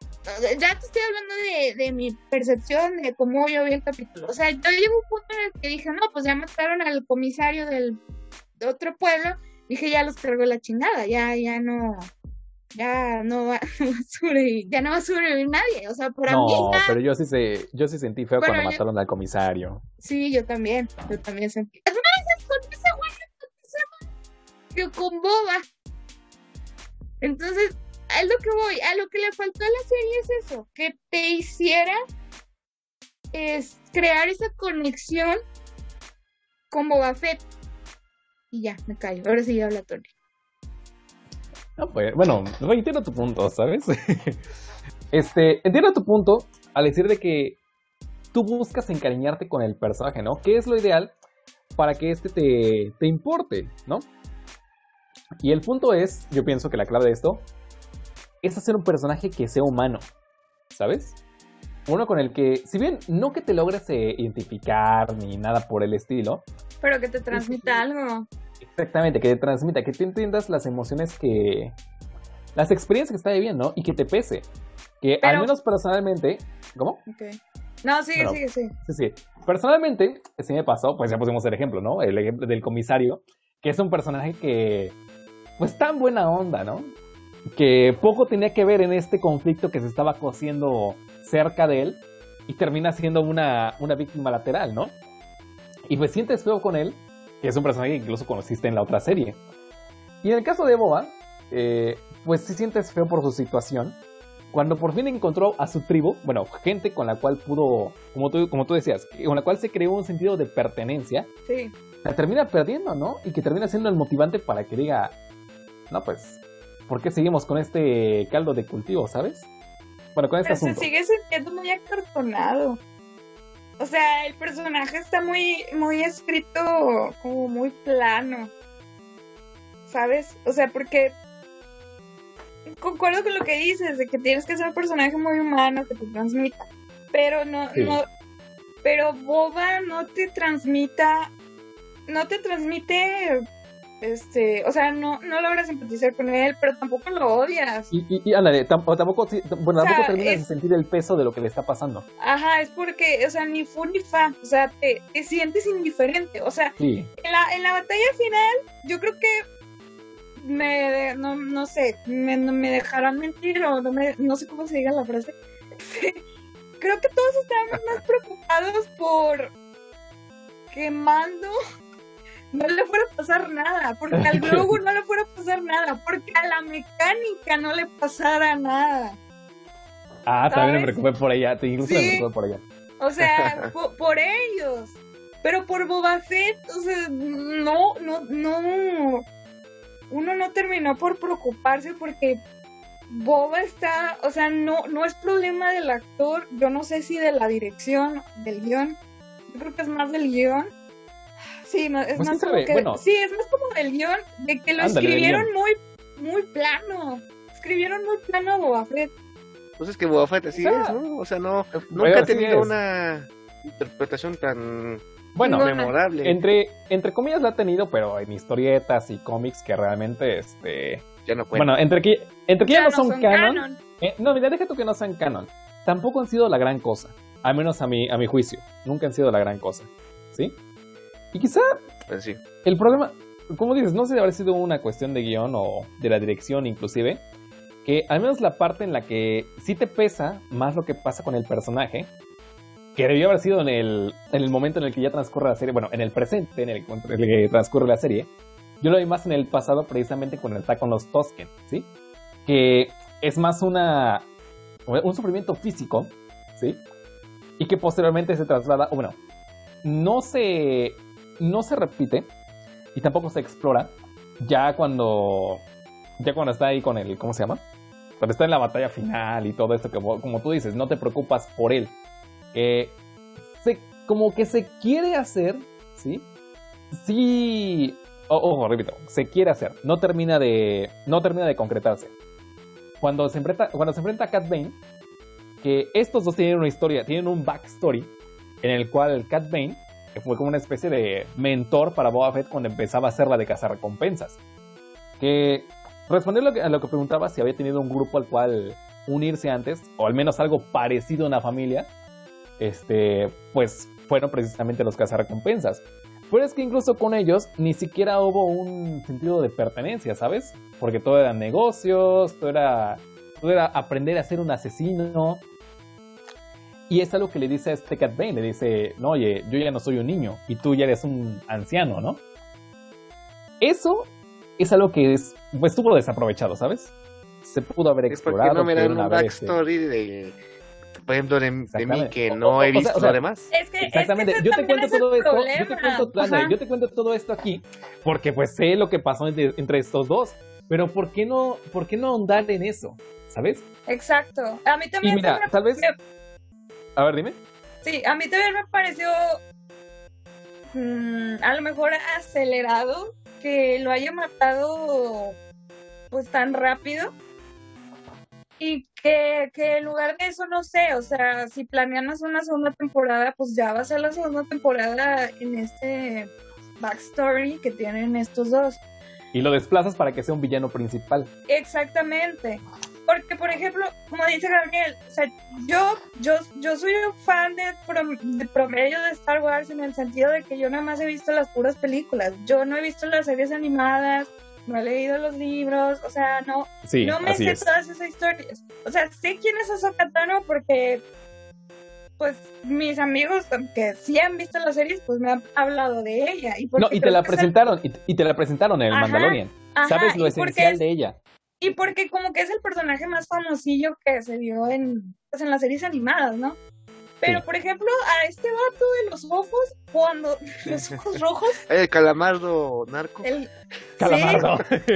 Speaker 1: ya te estoy hablando de, de mi percepción de cómo yo vi el capítulo. O sea, yo llego a un punto en el que dije, no, pues ya mataron al comisario del de otro pueblo, dije, ya los cargó la chingada, ya, ya no, ya no va, no va a sobrevivir, ya no va a sobrevivir nadie. O sea, para
Speaker 3: No,
Speaker 1: mí ya,
Speaker 3: pero yo sí se, yo sí sentí feo
Speaker 1: Bueno,
Speaker 3: cuando
Speaker 1: yo-
Speaker 3: mataron al comisario.
Speaker 1: sí, yo también, yo también sentí. Es más, con ese güey que con Boba. Entonces, a lo que voy, a lo que le faltó a la serie es eso, que te hiciera es crear esa conexión con Boba Fett. Y ya, me callo. Ahora sí ya habla Tony.
Speaker 3: No, pues, bueno, no, entiendo tu punto, ¿sabes? Este, entiendo tu punto al decir de que tú buscas encariñarte con el personaje, ¿no? Que es lo ideal para que este te, te importe, ¿no? Y el punto es, yo pienso que la clave de esto es hacer un personaje que sea humano, ¿sabes? Uno con el que, si bien no que te logres eh, identificar ni nada por el estilo,
Speaker 1: Pero que te transmita algo.
Speaker 3: exactamente, que te transmita, que te entiendas las emociones que... las experiencias que está viviendo, ¿no? Y que te pese. Que
Speaker 1: Pero-
Speaker 3: al menos personalmente... ¿Cómo?
Speaker 1: Okay. No, sigue,
Speaker 3: Bueno.
Speaker 1: sigue, sigue.
Speaker 3: Sí, sí. Personalmente, sí me pasó, pues ya pusimos el ejemplo, ¿no? El ejemplo del comisario, que es un personaje que... pues tan buena onda, ¿no? Que poco tenía que ver en este conflicto que se estaba cociendo cerca de él y termina siendo una, una víctima lateral, ¿no? Y pues sientes feo con él, que es un personaje que incluso conociste en la otra serie. Y en el caso de Boba, eh, pues sí sientes feo por su situación, cuando por fin encontró a su tribu, bueno, gente con la cual pudo, como tú, como tú decías, con la cual se creó un sentido de pertenencia,
Speaker 1: Sí.
Speaker 3: la termina perdiendo, ¿no? Y que termina siendo el motivante para que diga, no, pues, ¿por qué seguimos con este caldo de cultivo, sabes? Bueno, con este
Speaker 1: Pero se
Speaker 3: asunto.
Speaker 1: sigue sintiendo muy acartonado. O sea, el personaje está muy, muy escrito como muy plano. ¿Sabes? O sea, porque concuerdo con lo que dices, de que tienes que ser un personaje muy humano que te transmita. Pero no,
Speaker 3: Sí.
Speaker 1: no, pero Boba no te transmita, no te transmite, este, o sea, no, no logras empatizar con él, pero tampoco lo odias.
Speaker 3: Y, y, y ándale, tam- o tampoco, sí, tam- bueno,
Speaker 1: O sea,
Speaker 3: tampoco terminas de
Speaker 1: es-
Speaker 3: sentir el peso de lo que le está pasando.
Speaker 1: Ajá, es porque, o sea, ni fu ni fa, o sea, te, te sientes indiferente, o sea,
Speaker 3: Sí,
Speaker 1: en la, en la batalla final, yo creo que me, no, no sé, me, no me dejarán mentir o no, me, no sé cómo se diga la frase. Creo que todos estábamos más preocupados por que Mando no le fuera a pasar nada, porque al Grogu no le fuera a pasar nada, porque a la mecánica no le pasara nada.
Speaker 3: ah, también me
Speaker 1: ¿Sabes?
Speaker 3: preocupé por ella, te- incluso
Speaker 1: Sí.
Speaker 3: me preocupé por ella.
Speaker 1: O sea, po- por ellos. Pero por Boba Fett, o sea, no, no, no. Uno no terminó por preocuparse porque Boba está, o sea, no, no es problema del actor. Yo no sé si de la dirección, del guión. Yo creo que es más del guión. Sí, no, es
Speaker 3: Pues,
Speaker 1: más
Speaker 3: quién
Speaker 1: como
Speaker 3: sabe,
Speaker 1: que,
Speaker 3: bueno.
Speaker 1: sí, es más como del guión, de que lo
Speaker 3: Ándale, del
Speaker 1: escribieron
Speaker 3: guión.
Speaker 1: muy, muy plano. Escribieron muy plano a Boba Fett.
Speaker 2: Pues es que Boba Fett así
Speaker 3: O sea,
Speaker 2: es, ¿no? O sea, no,
Speaker 3: bueno,
Speaker 2: nunca ha
Speaker 3: así
Speaker 2: tenido
Speaker 3: es.
Speaker 2: una interpretación tan
Speaker 3: Bueno,
Speaker 1: Chingona.
Speaker 2: memorable.
Speaker 3: entre, entre comillas la ha tenido, pero en historietas y cómics que realmente, este...
Speaker 2: Ya no cuenta.
Speaker 3: Bueno, entre que, entre que ya, no son, canon,
Speaker 1: canon.
Speaker 3: eh, no, mira, deja tú que no sean canon. Tampoco han sido la gran cosa, al menos a mi, a mi juicio. Nunca han sido la gran cosa, ¿sí? Y quizá
Speaker 2: Pues sí.
Speaker 3: el problema, como dices, no sé si habrá sido una cuestión de guión o de la dirección inclusive, que al menos la parte en la que sí te pesa más lo que pasa con el personaje, que debió haber sido en el, en el momento en el que ya transcurre la serie, bueno, en el presente en el, en el que transcurre la serie, yo lo vi más en el pasado precisamente cuando está con los Tosken, ¿sí? Que es más una un sufrimiento físico, ¿sí? Y que posteriormente se traslada, o bueno, no se, no se repite y tampoco se explora ya cuando, ya cuando está ahí con el, ¿cómo se llama? Cuando está en la batalla final y todo esto, que como tú dices, no te preocupas por él. Que se, como que se quiere hacer, ¿sí? Sí, ojo, repito, se quiere hacer, no termina de, no termina de concretarse. Cuando se enfrenta, cuando se enfrenta a Cat Bane, que estos dos tienen una historia, tienen un backstory en el cual Cat Bane, que fue como una especie de mentor para Boba Fett cuando empezaba a hacer la de cazarrecompensas. Que respondiendo a lo que, a lo que preguntaba si había tenido un grupo al cual unirse antes, o al menos algo parecido a una familia, este, pues fueron precisamente los cazarrecompensas. Pero es que incluso con ellos ni siquiera hubo un sentido de pertenencia, ¿sabes? Porque todo eran negocios, todo era, todo era aprender a ser un asesino. Y es algo que le dice a este Cat Bane, le dice, no, oye, yo ya no soy un niño y tú ya eres un anciano, ¿no? Eso es algo que es, pues, estuvo desaprovechado, ¿sabes? Se pudo haber
Speaker 2: Es porque
Speaker 3: explorado.
Speaker 2: no me dan
Speaker 3: pudieron
Speaker 2: un
Speaker 3: haber, este,
Speaker 2: backstory de, por ejemplo, de, de mí
Speaker 3: Exactamente.
Speaker 2: que
Speaker 3: O-
Speaker 2: no
Speaker 3: o-
Speaker 2: he
Speaker 3: o sea-
Speaker 2: visto
Speaker 3: o sea,
Speaker 2: lo demás.
Speaker 1: Es que,
Speaker 3: Exactamente,
Speaker 1: es que
Speaker 3: yo te
Speaker 1: también
Speaker 3: cuento
Speaker 1: es el
Speaker 3: todo esto,
Speaker 1: problema.
Speaker 3: yo te cuento,
Speaker 1: Ajá.
Speaker 3: ándale, yo te cuento todo esto aquí, porque pues sé lo que pasó entre, entre estos dos, pero ¿por qué no, por qué no ahondar en eso? ¿Sabes?
Speaker 1: Exacto. A mí también
Speaker 3: Y mira,
Speaker 1: me-
Speaker 3: tal vez, a ver, dime.
Speaker 1: Sí, a mí también me pareció mm, a lo mejor acelerado que lo haya matado pues tan rápido y que, que en lugar de eso, no sé, o sea, si planean hacer una segunda temporada, pues ya va a ser la segunda temporada en este backstory que tienen estos dos.
Speaker 3: Y lo desplazas para que sea un villano principal.
Speaker 1: Exactamente. Porque, por ejemplo, como dice Gabriel, o sea, yo, yo, yo soy un fan de, prom- de promedio de Star Wars en el sentido de que yo nada más he visto las puras películas. Yo no he visto las series animadas, no he leído los libros, o sea, no,
Speaker 3: Sí,
Speaker 1: no me
Speaker 3: así
Speaker 1: sé
Speaker 3: es.
Speaker 1: todas esas historias. O sea, sé quién es Ahsoka Tano porque, pues, mis amigos que sí han visto las series, pues me han hablado de ella. Y
Speaker 3: No,
Speaker 1: porque
Speaker 3: y te
Speaker 1: creo
Speaker 3: la
Speaker 1: que es el-
Speaker 3: presentaron, y, y te la presentaron en el
Speaker 1: Ajá,
Speaker 3: Mandalorian.
Speaker 1: ajá,
Speaker 3: Sabes lo
Speaker 1: y porque
Speaker 3: esencial
Speaker 1: es-
Speaker 3: de ella.
Speaker 1: Y porque como que es el personaje más famosillo que se vio en, pues, en las series animadas, ¿no? Pero,
Speaker 3: Sí.
Speaker 1: por ejemplo, a este vato de los ojos, cuando los ojos rojos,
Speaker 2: El calamardo narco.
Speaker 1: el...
Speaker 3: Calamardo.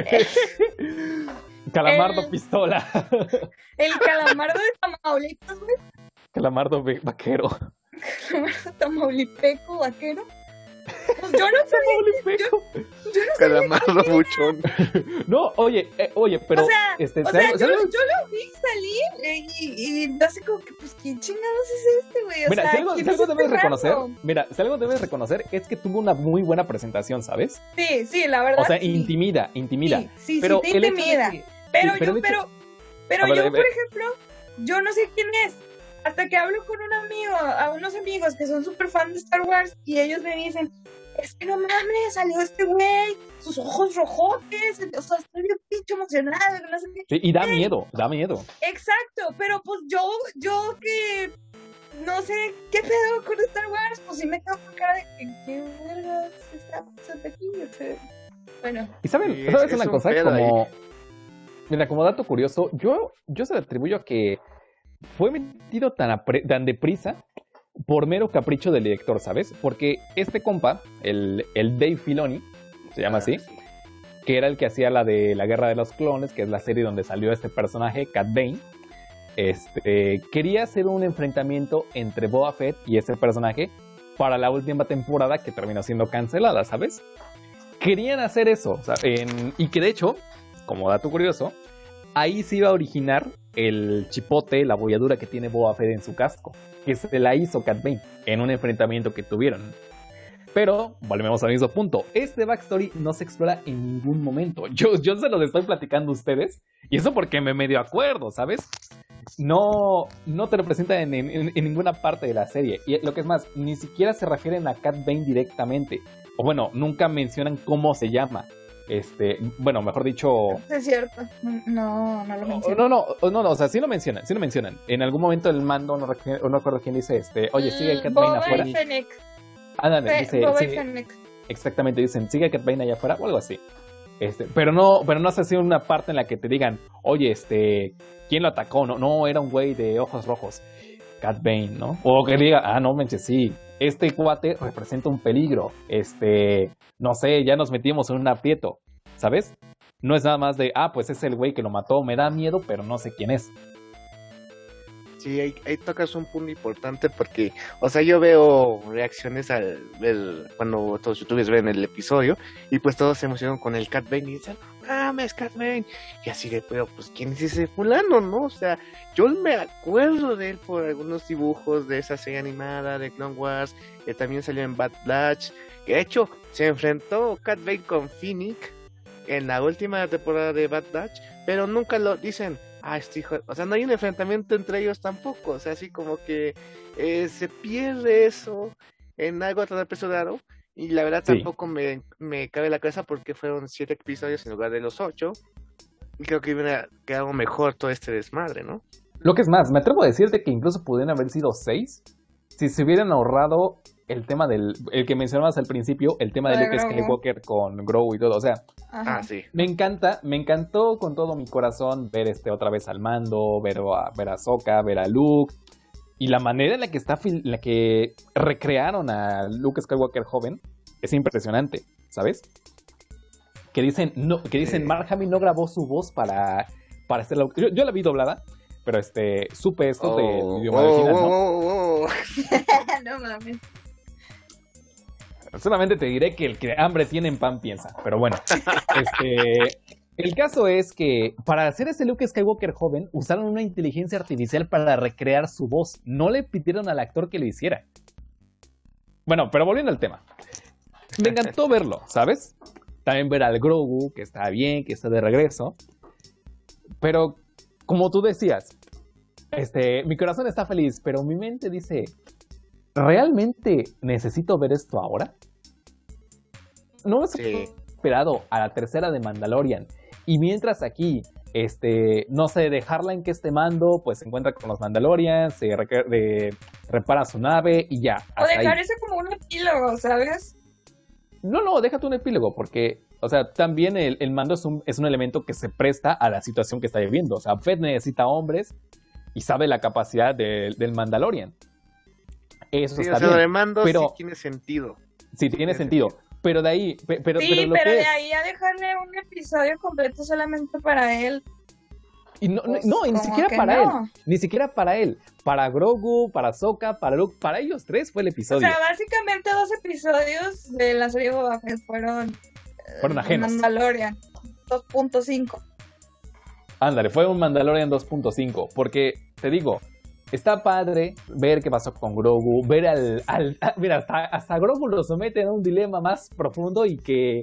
Speaker 1: Sí,
Speaker 3: Calamardo
Speaker 1: El-
Speaker 3: pistola.
Speaker 1: el calamardo de Tamaulipas, güey.
Speaker 3: Calamardo ve- vaquero.
Speaker 1: Calamardo tamaulipeco, vaquero. Pues yo no sabía, yo, yo no sabía.
Speaker 2: Calamardo buchón.
Speaker 3: No, oye, eh, oye, pero
Speaker 1: o sea,
Speaker 3: este,
Speaker 1: o
Speaker 3: ¿sabes-
Speaker 1: sea yo,
Speaker 3: sabes?
Speaker 1: yo lo vi salir eh, y, y así como que, pues, ¿quién chingados es este, güey? O
Speaker 3: Mira,
Speaker 1: sea,
Speaker 3: si algo,
Speaker 1: ¿quién
Speaker 3: si algo
Speaker 1: es este
Speaker 3: debes reconocer,
Speaker 1: random?
Speaker 3: mira, si algo debes reconocer es que tuvo una muy buena presentación, ¿sabes?
Speaker 1: Sí, sí, la verdad.
Speaker 3: O sea,
Speaker 1: sí.
Speaker 3: intimida, intimida.
Speaker 1: Sí, sí,
Speaker 3: pero
Speaker 1: sí te
Speaker 3: el hecho de
Speaker 1: intimida.
Speaker 3: que-
Speaker 1: Pero
Speaker 3: sí, pero
Speaker 1: yo,
Speaker 3: el hecho-
Speaker 1: pero, pero
Speaker 3: A ver,
Speaker 1: yo,
Speaker 3: a ver.
Speaker 1: por ejemplo, yo no sé quién es. Hasta que hablo con un amigo, a unos amigos que son súper fan de Star Wars, y ellos me dicen, es que no mames, salió este güey, sus ojos rojotes, o sea, estoy bien pinche emocionada, no sé qué.
Speaker 3: Sí, y da miedo, da miedo.
Speaker 1: Exacto, pero pues yo, yo que no sé qué pedo con Star Wars, pues sí me quedo con cara de que qué verga se está pasando aquí, o sea, bueno.
Speaker 3: Y saben,
Speaker 2: Sí, es-
Speaker 3: ¿sabes
Speaker 2: es
Speaker 3: una
Speaker 2: un
Speaker 3: cosa?
Speaker 2: pedo
Speaker 3: Como, mira, como dato curioso, yo, yo se le atribuyo a que fue metido tan, apre- tan deprisa por mero capricho del director, ¿sabes? Porque este compa, el, el Dave Filoni, se llama así, que era el que hacía la de la Guerra de los Clones, que es la serie donde salió este personaje, Cat Bane, este, quería hacer un enfrentamiento entre Boba Fett y ese personaje para la última temporada que terminó siendo cancelada, ¿sabes? Querían hacer eso, o sea, en- y que de hecho, como dato curioso, ahí se iba a originar el chipote, la bolladura que tiene Boba Fett en su casco, que se la hizo Cat Bane en un enfrentamiento que tuvieron. Pero, volvemos al mismo punto, este backstory no se explora en ningún momento. Yo, yo se los estoy platicando a ustedes, y eso porque me medio acuerdo, ¿sabes? No, no te lo presentan en, en- en ninguna parte de la serie. Y lo que es más, ni siquiera se refieren a Cat Bane directamente. O bueno, nunca mencionan cómo se llama. Este, bueno, mejor dicho...
Speaker 1: Es cierto, no, no lo
Speaker 3: Oh,
Speaker 1: menciono.
Speaker 3: No, no, no, no, o sea, sí lo mencionan, sí lo mencionan. En algún momento el mando, no, recu- no recuerdo quién dice, este, oye, sigue el Cat Bane
Speaker 1: Boba
Speaker 3: afuera.
Speaker 1: y Fennec.
Speaker 3: Ándale,
Speaker 1: Fe-
Speaker 3: dice,
Speaker 1: Boba y
Speaker 3: sí,
Speaker 1: Fennec.
Speaker 3: exactamente, dicen, sigue Cat Bane allá afuera o algo así. Este, pero no, pero no hace así una parte en la que te digan, oye, este, ¿quién lo atacó? No, no, era un güey de ojos rojos. Cat Bane, ¿no? O que diga, ah, no manches, sí, este cuate representa un peligro. Este, no sé, ya nos metimos en un aprieto, ¿sabes? No es nada más de, ah, pues es el güey que lo mató, me da miedo, pero no sé quién es.
Speaker 2: Sí, ahí, ahí tocas un punto importante porque, o sea, yo veo reacciones al ver, cuando todos los youtubers ven el episodio, y pues todos se emocionan con el Cat Bane y dicen, ah, es Cat Bane, y así de, pero pues, ¿quién es ese fulano, no? O sea, yo me acuerdo de él por algunos dibujos de esa serie animada de Clone Wars, que también salió en Bad Batch, que de hecho, se enfrentó Cat Bane con Finnick en la última temporada de Bad Batch, pero nunca lo dicen. Ah, este hijo, o sea, no hay un enfrentamiento entre ellos tampoco, o sea, así como que eh, se pierde eso en algo tan apresurado, y la verdad
Speaker 3: Sí.
Speaker 2: tampoco me, me cabe la cabeza porque fueron siete episodios en lugar de los ocho, y creo que hubiera quedado mejor todo este desmadre, ¿no?
Speaker 3: Lo que es más, me atrevo a decirte que incluso pudieran haber sido seis si se hubieran ahorrado el tema del, el que mencionabas al principio, el tema de
Speaker 1: Lo de
Speaker 3: Luke
Speaker 1: Grogu.
Speaker 3: Skywalker con Grogu y todo, o sea,
Speaker 1: Ajá.
Speaker 2: Ah, sí.
Speaker 3: me encanta, me encantó con todo mi corazón ver este otra vez al Mando, ver a, ver a Ahsoka, ver a Luke, y la manera en la que está, fil- en la que recrearon a Luke Skywalker joven es impresionante, ¿sabes? Que dicen, no, que dicen,
Speaker 2: Sí.
Speaker 3: Mark Hamill no grabó su voz para, para hacer la... Yo, yo la vi doblada, pero este, supe esto
Speaker 2: Oh,
Speaker 3: del idioma
Speaker 2: oh,
Speaker 3: original, ¿no?
Speaker 2: oh, oh, oh.
Speaker 1: No mames.
Speaker 3: Solamente te diré que el que hambre tiene en pan piensa. Pero bueno, este, el caso es que para hacer ese Luke Skywalker joven usaron una inteligencia artificial para recrear su voz. No le pidieron al actor que lo hiciera. Bueno, pero volviendo al tema. Me encantó verlo, ¿sabes? También ver al Grogu, que está bien, que está de regreso. Pero, como tú decías, este, mi corazón está feliz, pero mi mente dice... ¿Realmente necesito ver esto ahora? No he
Speaker 2: Sí.
Speaker 3: esperado a la tercera de Mandalorian. Y mientras aquí, este, no sé, dejarla en que este mando, pues se encuentra con los Mandalorians, se reque- de- repara su nave y ya.
Speaker 1: O
Speaker 3: hasta ahí.
Speaker 1: dejar eso como un epílogo, ¿sabes?
Speaker 3: No, no, déjate un epílogo, porque O sea, también el, el mando es un, es un elemento que se presta a la situación que está viviendo. O sea, Fett necesita hombres y sabe la capacidad de, del Mandalorian. Eso
Speaker 2: Sí,
Speaker 3: está
Speaker 2: o sea,
Speaker 3: bien.
Speaker 2: de mando
Speaker 3: pero,
Speaker 2: sí tiene sentido.
Speaker 3: Sí, tiene
Speaker 2: Tiene
Speaker 3: sentido.
Speaker 2: sentido.
Speaker 3: Pero de ahí... pe- Pero,
Speaker 1: Sí,
Speaker 3: pero, lo
Speaker 1: pero
Speaker 3: que
Speaker 1: de
Speaker 3: es-
Speaker 1: ahí a dejarle un episodio completo solamente para él.
Speaker 3: Y no, no-
Speaker 1: Pues,
Speaker 3: no, y ni
Speaker 1: como
Speaker 3: siquiera
Speaker 1: que
Speaker 3: para
Speaker 1: no.
Speaker 3: él. Ni siquiera para él. Para Grogu, para Sokka, para Luke. Para ellos tres fue el
Speaker 1: O
Speaker 3: episodio.
Speaker 1: sea, básicamente dos episodios de la serie Boba Fett fueron eh,
Speaker 3: Fueron ajenos.
Speaker 1: Mandalorian dos punto cinco.
Speaker 3: Ándale, fue un Mandalorian dos punto cinco. Porque, te digo, está padre ver qué pasó con Grogu. Ver al... al ah, mira, hasta, hasta Grogu lo somete a un dilema más profundo y que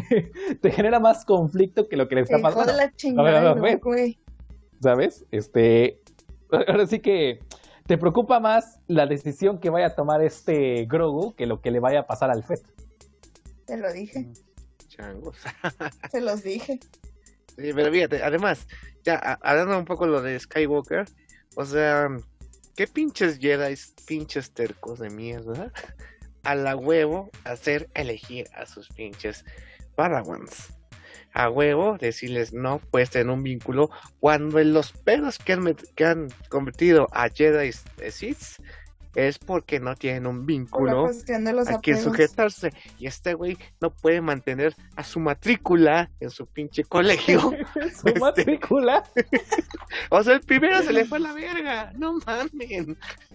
Speaker 3: te genera más conflicto que lo que le está
Speaker 1: Hijo de
Speaker 3: pasando.
Speaker 1: la
Speaker 3: a ver, a
Speaker 1: chingada,
Speaker 3: ver.
Speaker 1: güey.
Speaker 3: ¿Sabes? Este... Ahora sí que te preocupa más la decisión que vaya a tomar este Grogu que lo que le vaya a pasar al Fett.
Speaker 1: Te lo dije,
Speaker 2: Changos.
Speaker 1: se los dije.
Speaker 2: Sí, pero fíjate, además, ya a- hablando un poco lo de Skywalker, o sea, qué pinches Jedi, pinches tercos de mierda, a la huevo hacer elegir a sus pinches Padawans. A huevo decirles no puedes tener un vínculo cuando en los pedos que han, met- que han convertido a Jedi eh, Sith es porque no tienen un
Speaker 1: Por la
Speaker 2: vínculo
Speaker 1: cuestión de los
Speaker 2: a que
Speaker 1: apegos.
Speaker 2: sujetarse. Y este güey no puede mantener a su matrícula en su pinche colegio.
Speaker 3: Su matrícula.
Speaker 2: O sea, el primero se le fue a la verga. No mamen.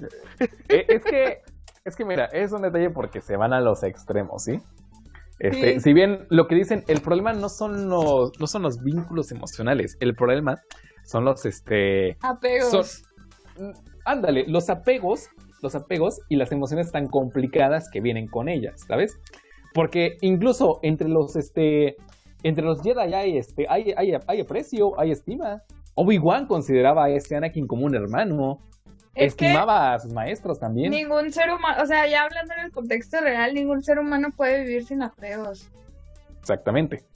Speaker 3: Eh, es que, es que mira, es un detalle porque se van a los extremos, ¿sí? Este,
Speaker 1: Sí.
Speaker 3: Si bien lo que dicen, el problema no son los, no son los vínculos emocionales, el problema son los, este,
Speaker 1: Apegos.
Speaker 3: son, mm, ándale, los apegos, los apegos y las emociones tan complicadas que vienen con ellas, ¿sabes? Porque incluso entre los, este, entre los Jedi hay, este, hay, hay, hay aprecio, hay estima. Obi-Wan consideraba a este Anakin como un hermano.
Speaker 1: Es que
Speaker 3: Estimaba a sus maestros también.
Speaker 1: ningún ser humano, o sea, ya hablando en el contexto real, ningún ser humano puede vivir sin apegos.
Speaker 3: Exactamente.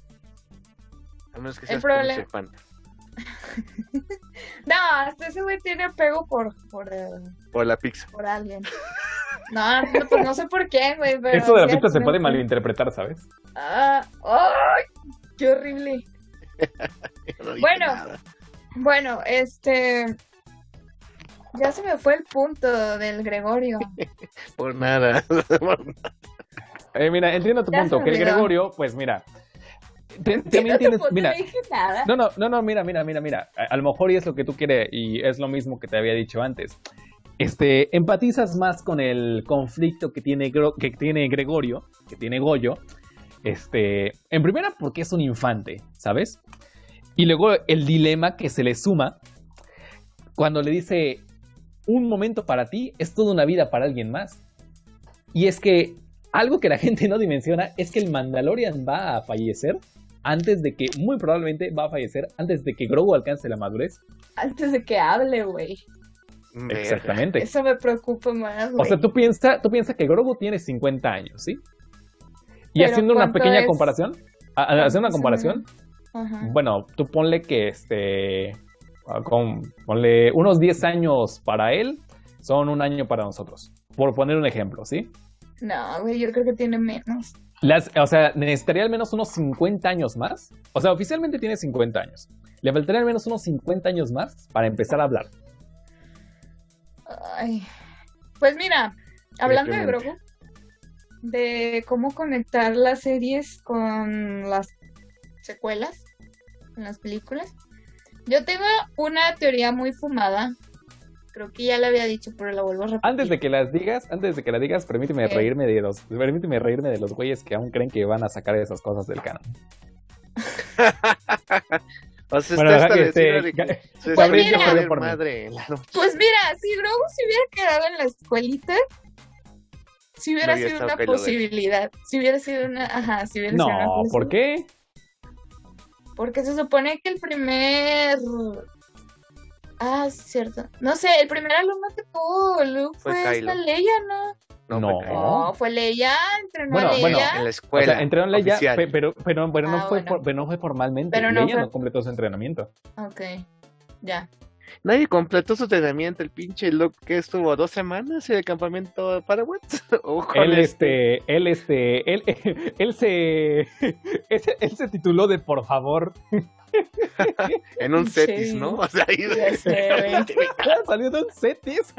Speaker 2: A menos que
Speaker 1: El
Speaker 2: seas
Speaker 1: problema-
Speaker 2: pinche fan.
Speaker 1: No, hasta ese güey tiene apego por, por, eh,
Speaker 2: Por la pizza.
Speaker 1: por alguien. No, no, pues no sé por qué, güey, pero...
Speaker 3: Esto de la
Speaker 1: sí,
Speaker 3: pista se
Speaker 1: no
Speaker 3: puede
Speaker 1: sé.
Speaker 3: malinterpretar, ¿sabes?
Speaker 1: Ah, ¡ay! ¡Qué horrible!
Speaker 2: Yo no dije
Speaker 1: Bueno.
Speaker 2: nada.
Speaker 1: Bueno, este... Ya se me fue el punto del Gregorio.
Speaker 2: Por nada.
Speaker 3: Eh, mira, entiendo tu
Speaker 1: Ya
Speaker 3: punto,
Speaker 1: se
Speaker 3: que el
Speaker 1: olvidó.
Speaker 3: Gregorio, pues mira, te-
Speaker 1: Sí,
Speaker 3: también
Speaker 1: no te
Speaker 3: tienes,
Speaker 1: puse,
Speaker 3: mira,
Speaker 1: no dije nada.
Speaker 3: no, no, no, no, mira, mira, mira, mira, a, a lo mejor y es lo que tú quieres y es lo mismo que te había dicho antes. Este, empatizas más con el conflicto que tiene, Gro- que tiene Gregorio, que tiene Goyo, este, en primera porque es un infante, ¿sabes? Y luego el dilema que se le suma cuando le dice, un momento para ti es toda una vida para alguien más. Y es que algo que la gente no dimensiona es que el Mandalorian va a fallecer antes de que, muy probablemente va a fallecer antes de que Grogu alcance la madurez.
Speaker 1: Antes de que hable, güey.
Speaker 2: Verga.
Speaker 3: Exactamente.
Speaker 1: Eso me preocupa más,
Speaker 3: O
Speaker 1: güey.
Speaker 3: sea, tú piensas tú piensa que Grogu tiene cincuenta años, ¿sí? Y
Speaker 1: Pero
Speaker 3: haciendo una
Speaker 1: ¿cuánto
Speaker 3: pequeña
Speaker 1: es?
Speaker 3: comparación, a- a- haciendo una comparación,
Speaker 1: Ajá.
Speaker 3: bueno, tú ponle que este, ah, con, ponle unos diez años para él, son un año para nosotros. Por poner un ejemplo, ¿sí?
Speaker 1: No, güey, yo creo que tiene menos.
Speaker 3: Las, o sea, necesitaría al menos unos cincuenta años más. O sea, oficialmente tiene cincuenta años. Le faltaría al menos unos cincuenta años más para empezar a hablar.
Speaker 1: Ay. Pues mira, hablando de
Speaker 2: Deprimente.
Speaker 1: Grogu, de cómo conectar las series con las secuelas, con las películas, yo tengo una teoría muy fumada. Creo que ya la había dicho, pero la vuelvo a repetir.
Speaker 3: Antes de que las digas, antes de que las digas, permíteme
Speaker 1: ¿Qué?
Speaker 3: reírme de los, permíteme reírme de los güeyes que aún creen que van a sacar esas cosas del canon.
Speaker 2: O sea,
Speaker 3: Bueno,
Speaker 2: está
Speaker 3: este,
Speaker 2: establecido de que se
Speaker 1: Pues
Speaker 2: establece
Speaker 1: mira.
Speaker 2: valer
Speaker 3: por mí.
Speaker 2: madre en la noche.
Speaker 1: Pues mira, si Grogu se hubiera quedado en la escuelita, si hubiera
Speaker 2: No hubiera
Speaker 1: sido
Speaker 2: estado
Speaker 1: una
Speaker 2: Kylo Ren.
Speaker 1: posibilidad. Si hubiera sido una... Ajá, si hubiera sido una
Speaker 3: No,
Speaker 1: posibilidad.
Speaker 3: ¿por qué?
Speaker 1: Porque se supone que el primer... Ah, sí, cierto. No sé, el primer alumno que tuvo Luke
Speaker 2: Fue
Speaker 1: fue,
Speaker 2: Kylo.
Speaker 1: esta Leia, ¿no?
Speaker 2: No,
Speaker 3: No.
Speaker 2: fue Kylo.
Speaker 1: No, fue Leia, entrenó
Speaker 3: Bueno,
Speaker 1: a Leia.
Speaker 3: bueno,
Speaker 2: En la
Speaker 3: O
Speaker 2: escuela.
Speaker 3: sea, entró en Leia,
Speaker 2: oficial.
Speaker 3: pe- pero, pero, pero, no
Speaker 1: Ah,
Speaker 3: fue
Speaker 1: bueno.
Speaker 3: por- pero no fue formalmente.
Speaker 1: Pero no
Speaker 3: Leia
Speaker 1: fue-
Speaker 3: no completó su entrenamiento.
Speaker 1: Ok, ya.
Speaker 2: Nadie completó su entrenamiento, el pinche Luke que estuvo dos semanas en el campamento para Wets.
Speaker 3: Él este, él este, él, él se, él, se- él se tituló de por favor.
Speaker 2: En un
Speaker 1: Sí.
Speaker 2: Cetis, ¿no? O sea, ahí
Speaker 1: Ya sé, güey.
Speaker 3: Salió de un Cetis.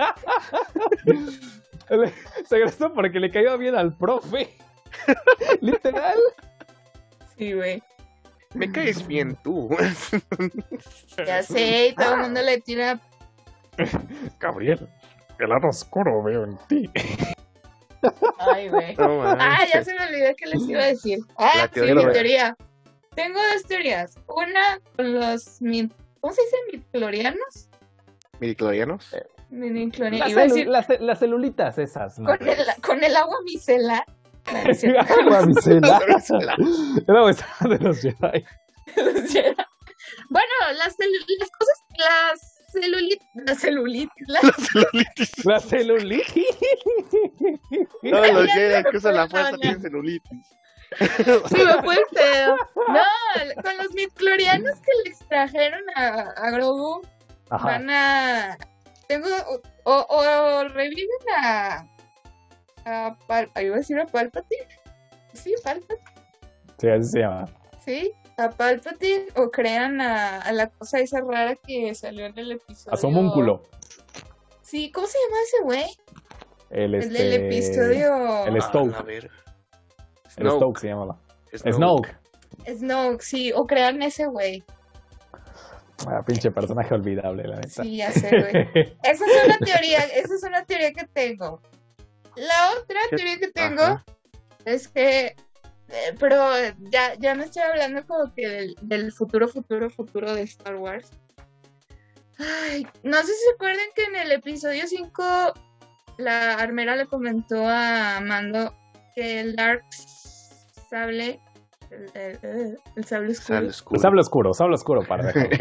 Speaker 3: Se egresó porque le cayó bien al profe. Literal.
Speaker 1: Sí, güey.
Speaker 2: me caes bien tú.
Speaker 1: Ya sé, y todo el mundo le tira.
Speaker 3: Gabriel, el lado oscuro veo en ti.
Speaker 1: Ay, güey.
Speaker 2: No
Speaker 1: Ah,
Speaker 2: manches.
Speaker 1: ya se me olvidó que les iba a decir. Ah,
Speaker 2: La
Speaker 1: sí,
Speaker 2: teoría.
Speaker 1: mi teoría. Tengo dos teorías. Una con los. mid- ¿Cómo se dice? ¿Midiclorianos?
Speaker 2: ¿Midiclorianos?
Speaker 1: Midiclorianos.
Speaker 3: Las,
Speaker 1: Iba a
Speaker 3: celu-
Speaker 1: decir
Speaker 3: las, las celulitas esas. ¿no?
Speaker 1: con el, con el agua micelar. No, no es cierto.
Speaker 3: Agua micelar.
Speaker 2: Micelar.
Speaker 3: Era besada de los Jedi.
Speaker 1: Bueno, las, celu- las cosas, las celulitis, las celulitis, las,
Speaker 2: La celulitis.
Speaker 3: La celulitis.
Speaker 2: Todos los
Speaker 1: Ya
Speaker 2: Jedi
Speaker 1: no
Speaker 2: que usan la fuerza
Speaker 1: recuerdo.
Speaker 2: tienen celulitis.
Speaker 1: sí me fue feo. No, con los midclorianos que le extrajeron a, a Grogu,
Speaker 3: Ajá.
Speaker 1: van a, tengo, o, o, o reviven a, a Pal, iba a decir a Palpatine, sí, Palpatine,
Speaker 3: Sí, así se llama.
Speaker 1: sí, a Palpatine, o crean a, a la cosa esa rara que salió en el episodio.
Speaker 3: A su homúnculo.
Speaker 1: Sí, ¿cómo se llama ese güey?
Speaker 3: El,
Speaker 1: El
Speaker 3: este...
Speaker 1: del episodio.
Speaker 3: el Snoke.
Speaker 2: Ah, a ver.
Speaker 3: El Snoke se llamaba.
Speaker 2: Snoke.
Speaker 3: Snoke.
Speaker 1: Snoke, sí, o crean ese güey.
Speaker 3: Ah, pinche personaje olvidable, la neta.
Speaker 1: Sí, ya sé, güey. Esa es una teoría, esa es una teoría que tengo. La otra
Speaker 2: ¿Qué?
Speaker 1: teoría que tengo
Speaker 2: Ajá.
Speaker 1: es que, eh, pero ya, ya no estoy hablando como que del, del futuro, futuro, futuro de Star Wars. Ay, no sé si se acuerdan que en el episodio cinco la armera le comentó a Mando que el Dark Sable, el, el- el sable oscuro,
Speaker 2: Sale oscuro.
Speaker 3: Sable oscuro, sable oscuro para dejarlo.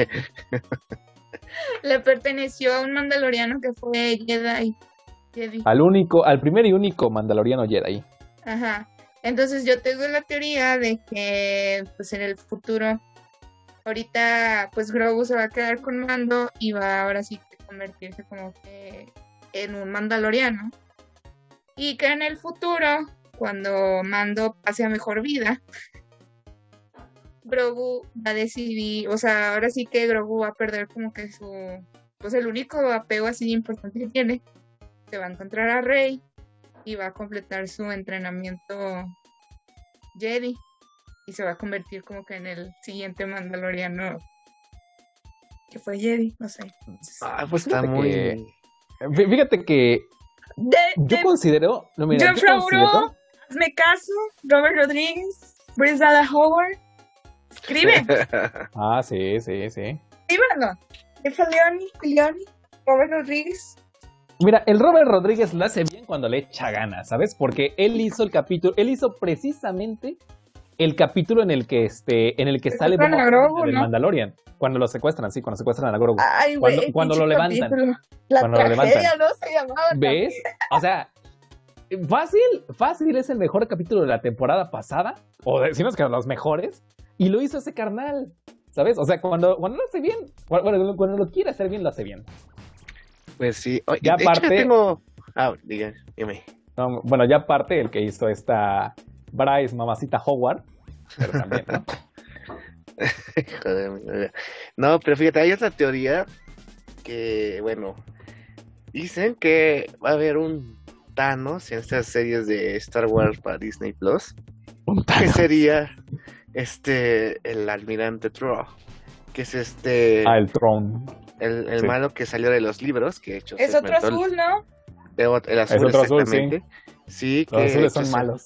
Speaker 1: le perteneció a un mandaloriano que fue Jedi. Jedi.
Speaker 3: Al único, al primer y único mandaloriano Jedi.
Speaker 1: Ajá. Entonces yo tengo la teoría de que pues en el futuro, ahorita pues Grogu se va a quedar con Mando y va ahora sí que convertirse como que en un mandaloriano. Y que en el futuro, cuando Mando pase a mejor vida, Grogu va a decidir, o sea, ahora sí que Grogu va a perder como que su, pues el único apego así importante que tiene. Se va a encontrar a Rey y va a completar su entrenamiento Jedi y se va a convertir como que en el siguiente mandaloriano que fue Jedi, no sé. Entonces,
Speaker 2: Ah, pues está
Speaker 3: Fíjate
Speaker 2: muy.
Speaker 3: que- Fí- Fíjate que
Speaker 1: de,
Speaker 3: yo
Speaker 1: de-
Speaker 3: considero, no mira,
Speaker 1: John
Speaker 3: yo
Speaker 1: Favreau,
Speaker 3: considero,
Speaker 1: hazme caso, Robert Rodríguez, Bryce Dallas Howard, escribe,
Speaker 3: ah, sí, sí, sí.
Speaker 1: escríbanlo. Jeff Leoni, Leoni, Robert Rodríguez.
Speaker 3: Mira, el Robert Rodríguez lo hace bien cuando le echa ganas, ¿sabes? Porque él hizo el capítulo, él hizo precisamente el capítulo en el que este, en el que sale
Speaker 1: Secuestran
Speaker 3: Boba
Speaker 1: a
Speaker 3: Fett
Speaker 1: Grogu,
Speaker 3: del
Speaker 1: ¿no?
Speaker 3: Mandalorian, cuando lo secuestran, sí, cuando secuestran a Grogu.
Speaker 1: Ay, güey,
Speaker 3: Cuando- cuando
Speaker 1: pinche
Speaker 3: lo levantan.
Speaker 1: capítulo. La
Speaker 3: Cuando lo
Speaker 1: tragedia,
Speaker 3: levantan.
Speaker 1: ¿no? Se llamaba.
Speaker 3: ¿Ves? O sea, fácil, fácil es el mejor capítulo de la temporada pasada, o decimos que los mejores, y lo hizo ese carnal, ¿sabes? O sea, cuando, cuando lo hace bien, bueno, cuando lo quiere hacer bien, lo hace bien.
Speaker 2: Pues sí. Oye,
Speaker 3: Ya
Speaker 2: de hecho,
Speaker 3: aparte-
Speaker 2: tengo. Ah, diga, dime.
Speaker 3: No, bueno, ya aparte el que hizo esta Bryce Mamacita Howard, pero también, ¿no?
Speaker 2: Joder, joder. No, pero fíjate, hay otra teoría que, bueno, dicen que va a haber un Thanos en estas series de Star Wars para Disney Plus,
Speaker 3: Un
Speaker 2: que
Speaker 3: Thanos.
Speaker 2: sería este el Almirante Throne, que es este
Speaker 3: Ah, el Throne.
Speaker 2: el, el
Speaker 3: sí.
Speaker 2: malo que salió de los libros, que de hecho
Speaker 1: Es
Speaker 2: se
Speaker 1: otro
Speaker 2: inventó el-
Speaker 1: azul, ¿no?
Speaker 2: de ot- el azul,
Speaker 3: otro azul,
Speaker 2: exactamente. Sí, que
Speaker 3: Los
Speaker 2: de
Speaker 3: azules
Speaker 2: hecho
Speaker 3: son
Speaker 2: se-
Speaker 3: malos.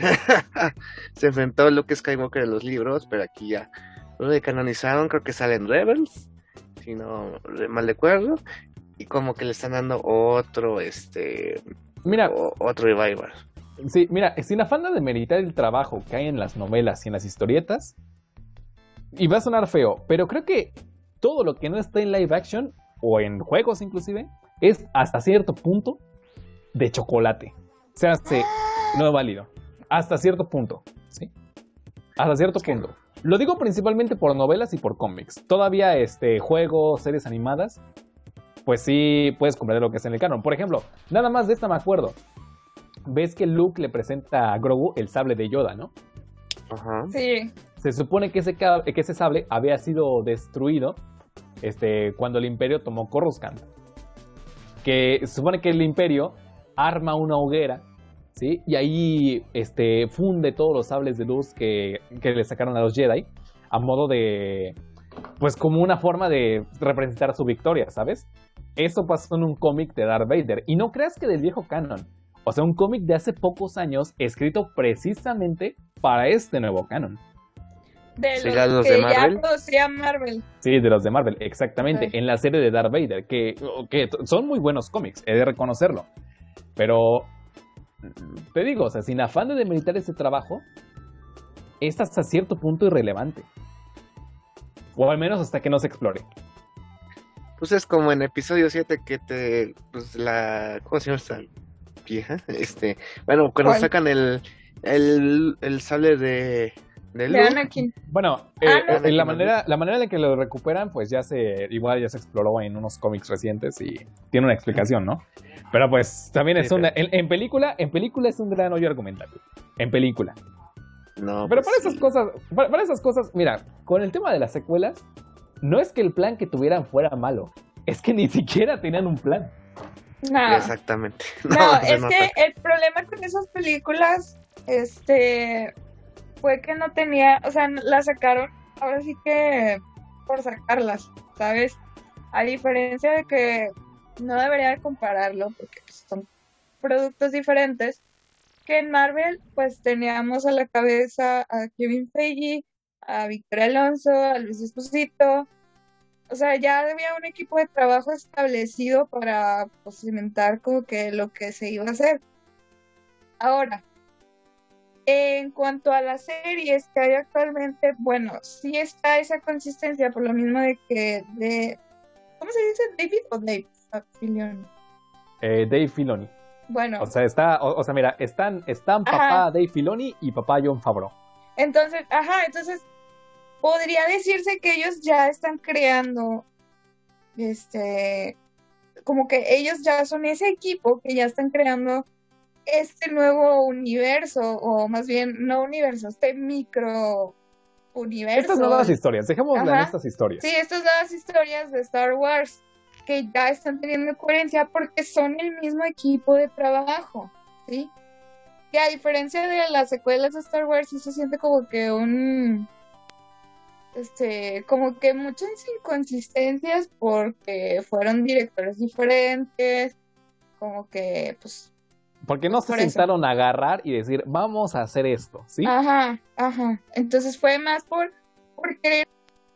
Speaker 2: se enfrentó Luke Skywalker en los libros, pero aquí ya lo de canonizaron, creo que sale en Rebels, si no re- mal recuerdo, y como que le están dando otro, este,
Speaker 3: Mira,
Speaker 2: o- otro revival.
Speaker 3: sí, mira, sin afán de demeritar el trabajo que hay en las novelas y en las historietas, y va a sonar feo, pero creo que todo lo que no está en live action, o en juegos inclusive, es hasta cierto punto de chocolate. O sea, se- no es válido. Hasta cierto punto, ¿sí? Hasta cierto
Speaker 2: que-
Speaker 3: punto. Lo digo principalmente por novelas y por cómics. Todavía este, juegos, series animadas, pues sí puedes comprender lo que es en el canon. Por ejemplo, nada más de esta me acuerdo. Ves que Luke le presenta a Grogu el sable de Yoda, ¿no?
Speaker 2: Ajá.
Speaker 1: Sí.
Speaker 3: Se supone que ese, ca- que ese sable había sido destruido este, cuando el Imperio tomó Coruscant. Que se supone que el Imperio arma una hoguera, ¿sí? Y ahí este, funde todos los sables de luz que, que le sacaron a los Jedi a modo de... pues como una forma de representar su victoria, ¿sabes? Eso pasó en un cómic de Darth Vader. Y no creas que del viejo canon. O sea, un cómic de hace pocos años escrito precisamente para este nuevo canon.
Speaker 1: De
Speaker 2: Sí,
Speaker 1: los,
Speaker 2: las- los
Speaker 1: que
Speaker 2: de
Speaker 1: ya
Speaker 2: Marvel.
Speaker 1: producía Marvel.
Speaker 3: Sí, de los de Marvel, exactamente.
Speaker 1: Ok.
Speaker 3: En la serie de Darth Vader, que, que t- son muy buenos cómics, he de reconocerlo. Pero, te digo, o sea, sin afán de demeritar ese trabajo, es hasta cierto punto irrelevante. O al menos hasta que no se explore.
Speaker 2: Pues es como en episodio siete que te, pues la, ¿cómo se llama esta vieja? Este, bueno, cuando
Speaker 1: ¿Cuál?
Speaker 2: sacan el, el, el sable de, de
Speaker 1: De
Speaker 2: Luke,
Speaker 1: Anakin.
Speaker 3: Bueno, eh,
Speaker 1: Ah, no.
Speaker 3: eh, la manera, la manera en que lo recuperan, pues ya se, igual ya se exploró en unos cómics recientes y tiene una explicación, ¿no? Pero pues también es
Speaker 2: Sí,
Speaker 3: una,
Speaker 2: pero-
Speaker 3: en, en película, en película es un gran hoyo argumentativo. En película.
Speaker 2: no,
Speaker 3: Pero
Speaker 2: pues
Speaker 3: para esas
Speaker 2: sí.
Speaker 3: cosas, para, para esas cosas, mira, con el tema de las secuelas, no es que el plan que tuvieran fuera malo, es que ni siquiera tenían un plan.
Speaker 1: No.
Speaker 2: Exactamente.
Speaker 1: No,
Speaker 2: se
Speaker 1: es
Speaker 2: nota.
Speaker 1: que el problema con esas películas, este, fue que no tenía, o sea, las sacaron, ahora sí que por sacarlas, ¿sabes? A diferencia de que no debería de compararlo, porque pues, son productos diferentes, que en Marvel, pues teníamos a la cabeza a Kevin Feige, a Victoria Alonso, a Luis Esposito. O sea, ya había un equipo de trabajo establecido para pues, cimentar como que lo que se iba a hacer. Ahora, en cuanto a las series que hay actualmente, bueno, sí está esa consistencia por lo mismo de que de ¿cómo se dice? ¿David o Dave? Ah, Filoni.
Speaker 3: Eh, Dave Filoni.
Speaker 1: Bueno,
Speaker 3: O sea, está, o, o sea, mira, están, están
Speaker 1: Ajá.
Speaker 3: papá Dave Filoni y papá Jon Favreau.
Speaker 1: entonces, ajá, entonces podría decirse que ellos ya están creando, este, como que ellos ya son ese equipo que ya están creando este nuevo universo, o más bien, no universo, este micro universo.
Speaker 3: Estas nuevas historias, dejémosla en
Speaker 1: Ajá.
Speaker 3: estas historias.
Speaker 1: Sí, estas nuevas historias de Star Wars que ya están teniendo coherencia porque son el mismo equipo de trabajo, ¿sí? Que a diferencia de las secuelas de Star Wars, sí se siente como que un... Este, como que muchas inconsistencias porque fueron directores diferentes, como que, pues...
Speaker 3: Porque no se
Speaker 1: Por eso.
Speaker 3: sentaron a agarrar y decir, vamos a hacer esto, ¿sí?
Speaker 1: Ajá, ajá. Entonces fue más por, por querer...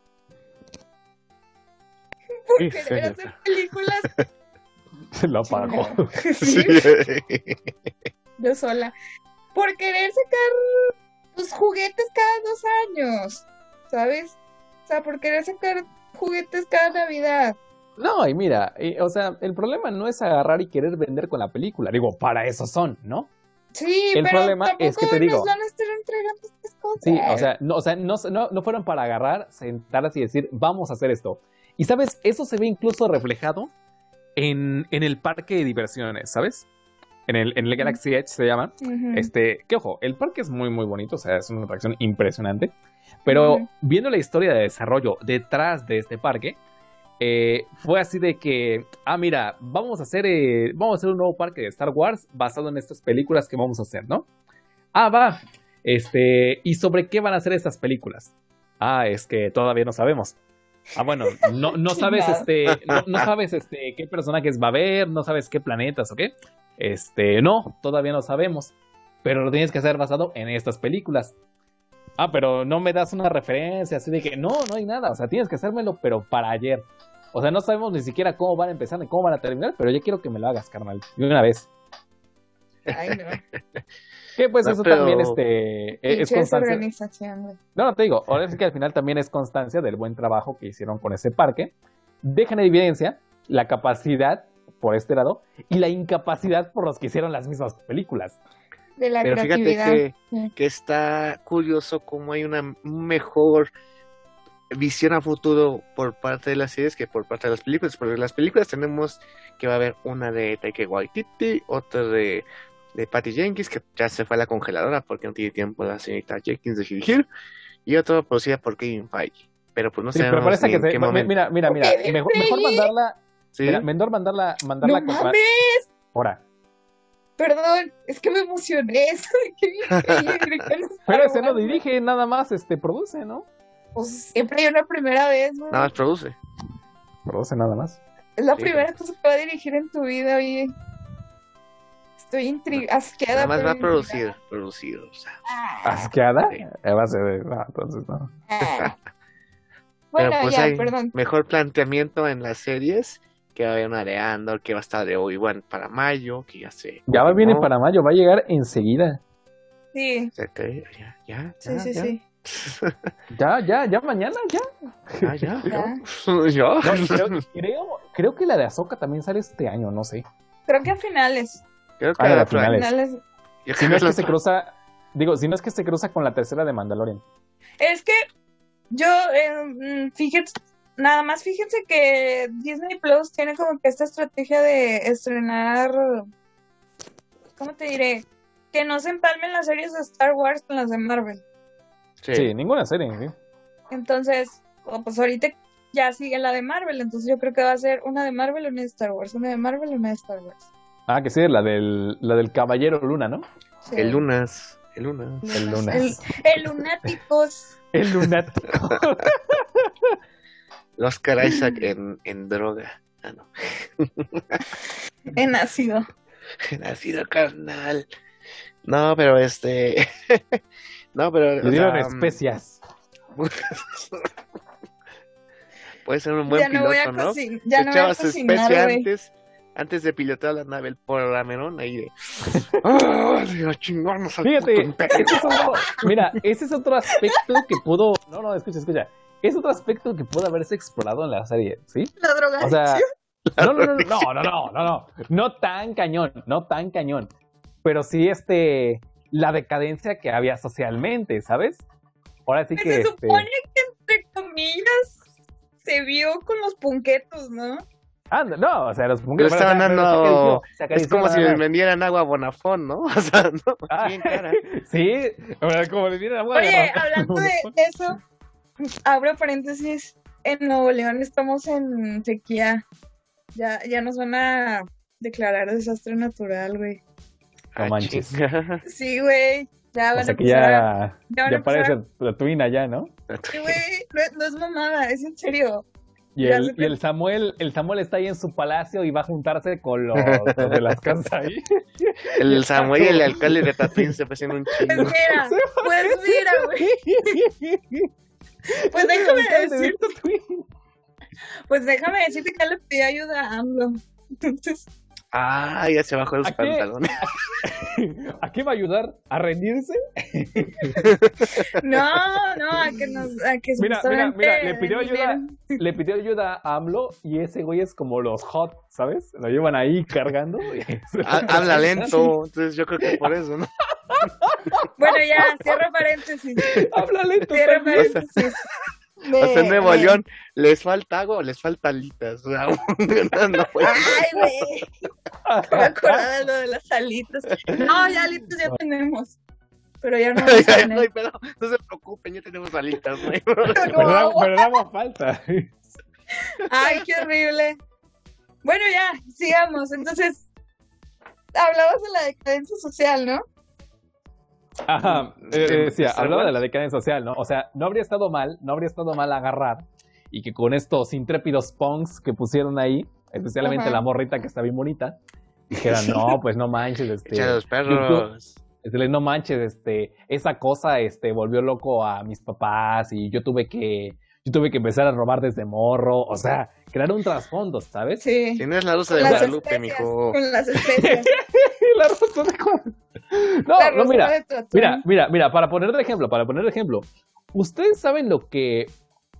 Speaker 1: por
Speaker 2: Sí,
Speaker 1: querer
Speaker 2: sí.
Speaker 1: hacer películas.
Speaker 3: Se lo apagó.
Speaker 1: Sí,
Speaker 2: Sí.
Speaker 1: yo sola. Por querer sacar los juguetes cada dos años, ¿sabes? O sea, por querer sacar juguetes cada Navidad.
Speaker 3: No, y mira, y, o sea, el problema no es agarrar y querer vender con la película. Digo, para eso son, ¿no?
Speaker 1: Sí,
Speaker 3: El
Speaker 1: pero
Speaker 3: problema
Speaker 1: tampoco
Speaker 3: es que te digo-
Speaker 1: nos van a estar entregando estas cosas.
Speaker 3: Sí, o sea, no, o sea, no, no, no fueron para agarrar, sentarse y decir, vamos a hacer esto. Y sabes, eso se ve incluso reflejado en, en el parque de diversiones, ¿sabes? En el, en el Galaxy Edge se llama.
Speaker 1: Ujú.
Speaker 3: Este, que ojo, el parque es muy muy bonito, o sea, es una atracción impresionante. Pero
Speaker 1: Ujú.
Speaker 3: viendo la historia de desarrollo detrás de este parque, eh, fue así de que, ah, mira, vamos a hacer, eh, vamos a hacer un nuevo parque de Star Wars basado en estas películas que vamos a hacer, ¿no? Ah, va. Este, ¿y sobre qué van a hacer estas películas? Ah, es que todavía no sabemos. Ah, bueno, no, no sabes,
Speaker 1: Chingado.
Speaker 3: este, no, no sabes, este, qué personajes va a haber, no sabes qué planetas o qué. Este, no, todavía no sabemos. Pero lo tienes que hacer basado en estas películas. Ah, pero no me das una referencia así de que no, no hay nada. O sea, tienes que hacérmelo, pero para ayer. O sea, no sabemos ni siquiera cómo van a empezar ni cómo van a terminar, pero yo quiero que me lo hagas, carnal. De una vez.
Speaker 1: Ay, no.
Speaker 3: Que pues
Speaker 2: No,
Speaker 3: eso
Speaker 2: pero-
Speaker 3: también este, e- es
Speaker 1: Pinche
Speaker 3: constancia.
Speaker 1: desorganización, güey.
Speaker 3: No, no te digo, ahora sí que al final también es constancia del buen trabajo que hicieron con ese parque. Dejan en evidencia la capacidad por este lado y la incapacidad por los que hicieron las mismas películas.
Speaker 1: De la
Speaker 2: Pero fíjate
Speaker 1: creatividad.
Speaker 2: que,
Speaker 1: Sí.
Speaker 2: que está curioso cómo hay una un mejor visión a futuro por parte de las series que por parte de las películas, porque en las películas tenemos que va a haber una de Taika Waititi, otra de, de Patty Jenkins, que ya se fue a la congeladora porque no tiene tiempo la señorita Jenkins de dirigir, y otra producida por Kevin Feige, pero pues no
Speaker 3: Sí, pero
Speaker 2: sabemos
Speaker 3: parece
Speaker 2: ni
Speaker 3: que
Speaker 2: en
Speaker 3: se...
Speaker 2: qué
Speaker 3: mi-
Speaker 2: momento.
Speaker 3: Mira, mira, mira.
Speaker 1: Kevin
Speaker 3: Mejor, mejor
Speaker 1: Feige.
Speaker 3: mandarla...
Speaker 2: ¿Sí?
Speaker 3: Mira, mejor mandarla... mandarla
Speaker 1: ¡No
Speaker 3: con-
Speaker 1: mames!
Speaker 3: Ahora.
Speaker 1: Perdón, es que me emocioné. Eso de que vi que no
Speaker 3: Pero ese no
Speaker 1: estaba, güey.
Speaker 3: dirige, nada más este produce, ¿no?
Speaker 1: Pues siempre hay una primera vez, güey.
Speaker 2: Nada más produce.
Speaker 3: Produce nada más.
Speaker 1: Es la
Speaker 2: Sí,
Speaker 1: primera cosa que va a dirigir en tu vida, oye. Estoy intrigada, asqueada.
Speaker 2: Nada más
Speaker 1: pero
Speaker 2: va a producir,
Speaker 1: intrigada.
Speaker 2: producir, o sea.
Speaker 1: Ah,
Speaker 3: ¿Asqueada?
Speaker 2: Sí.
Speaker 3: A base de... No, entonces no.
Speaker 1: ah.
Speaker 2: Pero
Speaker 1: Bueno,
Speaker 2: pues
Speaker 1: ya,
Speaker 2: hay
Speaker 1: perdón.
Speaker 2: mejor planteamiento en las series, que va a haber una de Andor, que va a estar de Obi-Wan para mayo, que ya se...
Speaker 3: Ya va, viene
Speaker 2: confirmó.
Speaker 3: para mayo, va a llegar enseguida.
Speaker 1: Sí,
Speaker 2: O sea, que ya, ya,
Speaker 1: sí,
Speaker 2: ya,
Speaker 1: sí,
Speaker 2: ya.
Speaker 1: sí.
Speaker 3: Ya, ya, ya mañana, ya.
Speaker 2: Ya, ya,
Speaker 1: Ya.
Speaker 2: ya. Ya.
Speaker 3: No, y creo, creo, creo que la de Ahsoka también sale este año, no sé.
Speaker 1: Creo que a finales.
Speaker 2: Creo que
Speaker 3: Ah,
Speaker 2: la
Speaker 3: la
Speaker 2: otra-
Speaker 3: finales.
Speaker 1: finales.
Speaker 2: yo
Speaker 3: Si
Speaker 2: creo
Speaker 3: no es
Speaker 2: la
Speaker 3: que se
Speaker 2: otra-
Speaker 3: cruza, digo, si no es que se cruza con la tercera de Mandalorian.
Speaker 1: Es que yo, eh, mm, fíjense, nada más fíjense que Disney Plus tiene como que esta estrategia de estrenar, ¿cómo te diré? Que no se empalmen las series de Star Wars con las de Marvel.
Speaker 2: Sí.
Speaker 3: Sí, ninguna serie, sí.
Speaker 1: Entonces, oh, pues ahorita ya sigue la de Marvel, entonces yo creo que va a ser una de Marvel, una de Star Wars, una de Marvel, una de Star Wars.
Speaker 3: Ah, que sí, la del, la del Caballero Luna, ¿no?
Speaker 1: Sí.
Speaker 2: El lunas, el lunas.
Speaker 3: El lunes.
Speaker 1: El, el Lunáticos.
Speaker 3: El lunático.
Speaker 2: Los Oscar Isaac en, en droga. Ah, no.
Speaker 1: He nacido.
Speaker 2: Nacido carnal. No, pero este. No, pero.
Speaker 3: Le
Speaker 2: o
Speaker 3: dieron
Speaker 2: sea,
Speaker 3: especias.
Speaker 2: puede ser un buen
Speaker 1: Ya no voy a
Speaker 2: piloto, ¿no?
Speaker 1: cocinar, ya no voy a
Speaker 2: Echabas
Speaker 1: cocinar,
Speaker 2: especia
Speaker 1: güey.
Speaker 2: antes, antes de pilotar la nave, el programerón ahí de. ¡Ah! ¡A chingarnos al
Speaker 3: Fíjate,
Speaker 2: puto imperio!
Speaker 3: ese es otro, mira, ese es otro aspecto que pudo, no, no, escucha, escucha, es otro aspecto que pudo haberse explorado en la serie, ¿sí?
Speaker 1: La droga.
Speaker 3: O sea, no, no, no, no, no, no, no, no, no tan cañón, no tan cañón, pero sí este, la decadencia que había socialmente, ¿sabes? Ahora sí que
Speaker 1: se
Speaker 3: este,
Speaker 1: supone que entre comillas se vio con los punquetos, ¿no?
Speaker 3: ah, no, o sea, los
Speaker 2: Le
Speaker 3: puntos
Speaker 2: estaban dando. Es como si les vendieran agua a Bonafón, ¿no? O sea, no, bien cara.
Speaker 3: Sí, o sea, como le dieron agua.
Speaker 1: Oye, hablando de eso, abro paréntesis, en Nuevo León estamos en sequía. Ya, ya nos van a declarar desastre natural, güey.
Speaker 3: No
Speaker 2: Ah,
Speaker 3: manches.
Speaker 2: chinga.
Speaker 1: Sí, güey. Ya
Speaker 3: O
Speaker 1: van
Speaker 3: sea
Speaker 1: a
Speaker 3: que
Speaker 1: empezar a-
Speaker 3: ya,
Speaker 1: ya van a
Speaker 3: ya parece
Speaker 1: empezar
Speaker 3: la tuina ya, ¿no?
Speaker 1: Sí, güey, no, no es mamada, es en serio.
Speaker 3: Y
Speaker 1: Ya
Speaker 3: el,
Speaker 1: sé
Speaker 3: y
Speaker 1: que-
Speaker 3: el Samuel, el Samuel está ahí en su palacio y va a juntarse con los, los de las casas ahí.
Speaker 2: El Samuel y el alcalde de Tatooine se parecen un
Speaker 1: Pues
Speaker 2: chingo.
Speaker 1: mira, pues mira, güey. Pues déjame decir, pues déjame decirte que le pedí ayuda a AMLO. Entonces,
Speaker 2: Ah, ya se bajó los
Speaker 3: ¿A qué?
Speaker 2: pantalones.
Speaker 3: ¿A qué va a ayudar? ¿A rendirse?
Speaker 1: no, no, a que nos, a que
Speaker 3: Mira, mira,
Speaker 1: supuestamente
Speaker 3: mira, le pidió
Speaker 1: den
Speaker 3: ayuda,
Speaker 1: dinero.
Speaker 3: le pidió ayuda a AMLO y ese güey es como los hot, ¿sabes? Lo llevan ahí cargando.
Speaker 2: Ha- Habla lento, entonces yo creo que por eso, ¿no?
Speaker 1: Bueno, ya, cierro paréntesis.
Speaker 3: Habla lento
Speaker 1: Cierro
Speaker 3: también.
Speaker 1: paréntesis.
Speaker 2: O sea, en Nuevo
Speaker 1: De-
Speaker 2: León, ¿les falta agua o les falta alitas? O sea, no, no puede-
Speaker 1: Ay, güey. Me acordaba de lo de las alitas. No, ya alitas ya tenemos. Pero ya no vamos a
Speaker 2: Ay,
Speaker 1: tener.
Speaker 2: pero no se preocupen, ya tenemos alitas, ¿no?
Speaker 3: Pero, da- pero da agua falta.
Speaker 1: Ay, qué horrible. Bueno, ya, sigamos. Entonces, hablabas de la decadencia social, ¿no?
Speaker 3: Ajá, eh,
Speaker 2: ¿De
Speaker 3: decía,
Speaker 2: Star
Speaker 3: hablaba
Speaker 2: Wars?
Speaker 3: de la decadencia social, ¿no? O sea, no habría estado mal, no habría estado mal agarrar y que con estos intrépidos punks que pusieron ahí, especialmente
Speaker 1: Ajá.
Speaker 3: la morrita que está bien bonita, dijeran, no, pues no manches, este,
Speaker 2: Echa a los
Speaker 3: YouTube,
Speaker 2: perros.
Speaker 3: este, no manches, este, esa cosa, este, volvió loco a mis papás y yo tuve que, yo tuve que empezar a robar desde morro, o sea, crear un trasfondo, ¿sabes?
Speaker 1: Sí.
Speaker 2: Si no es la rosa
Speaker 1: Con
Speaker 2: de
Speaker 1: las
Speaker 2: Guadalupe,
Speaker 1: especias,
Speaker 2: mijo.
Speaker 1: con las especias.
Speaker 3: La rosa de Guadalupe. No,
Speaker 1: La
Speaker 3: no,
Speaker 1: rosa
Speaker 3: mira,
Speaker 1: de Tatooine.
Speaker 3: mira, mira, mira, para poner de ejemplo, para poner de ejemplo, ustedes saben lo que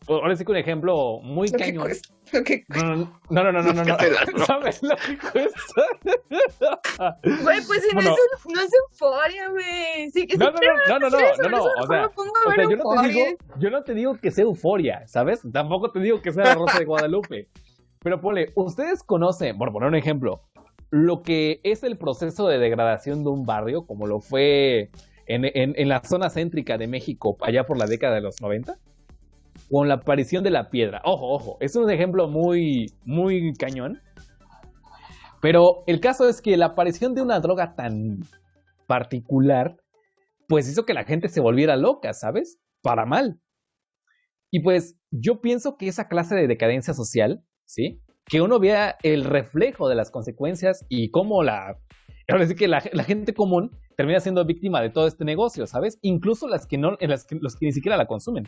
Speaker 3: ahora sí que un ejemplo muy
Speaker 1: Lo que
Speaker 3: cañón.
Speaker 1: cuesta, lo que cuesta.
Speaker 3: No, no, no, no, no, no.
Speaker 2: Te las robo.
Speaker 3: ¿Sabes lo que cuesta?
Speaker 1: Güey, pues si
Speaker 3: Bueno.
Speaker 1: no, es, no es euforia, güey. Sí, que
Speaker 3: No,
Speaker 1: si
Speaker 3: no,
Speaker 1: quiero
Speaker 3: no, no, no,
Speaker 1: ver
Speaker 3: no,
Speaker 1: sobre
Speaker 3: no,
Speaker 1: eso,
Speaker 3: o sea,
Speaker 1: mejor me pongo a
Speaker 3: o
Speaker 1: ver
Speaker 3: sea, yo no te
Speaker 1: Euphoria.
Speaker 3: digo, yo no te digo que sea euforia, ¿sabes? Tampoco te digo que sea la Rosa de Guadalupe. Pero ponle, ustedes conocen, por poner un ejemplo, lo que es el proceso de degradación de un barrio, como lo fue en, en, en la zona céntrica de México, allá por la década de los noventa, con la aparición de la piedra. Ojo, ojo, es un ejemplo muy, muy cañón. Pero el caso es que la aparición de una droga tan particular, pues hizo que la gente se volviera loca, ¿sabes? Para mal. Y pues yo pienso que esa clase de decadencia social, ¿sí? Que uno vea el reflejo de las consecuencias y cómo la... Ahora sí que la, la gente común termina siendo víctima de todo este negocio, ¿sabes? Incluso las que no, en las que, los que ni siquiera la consumen.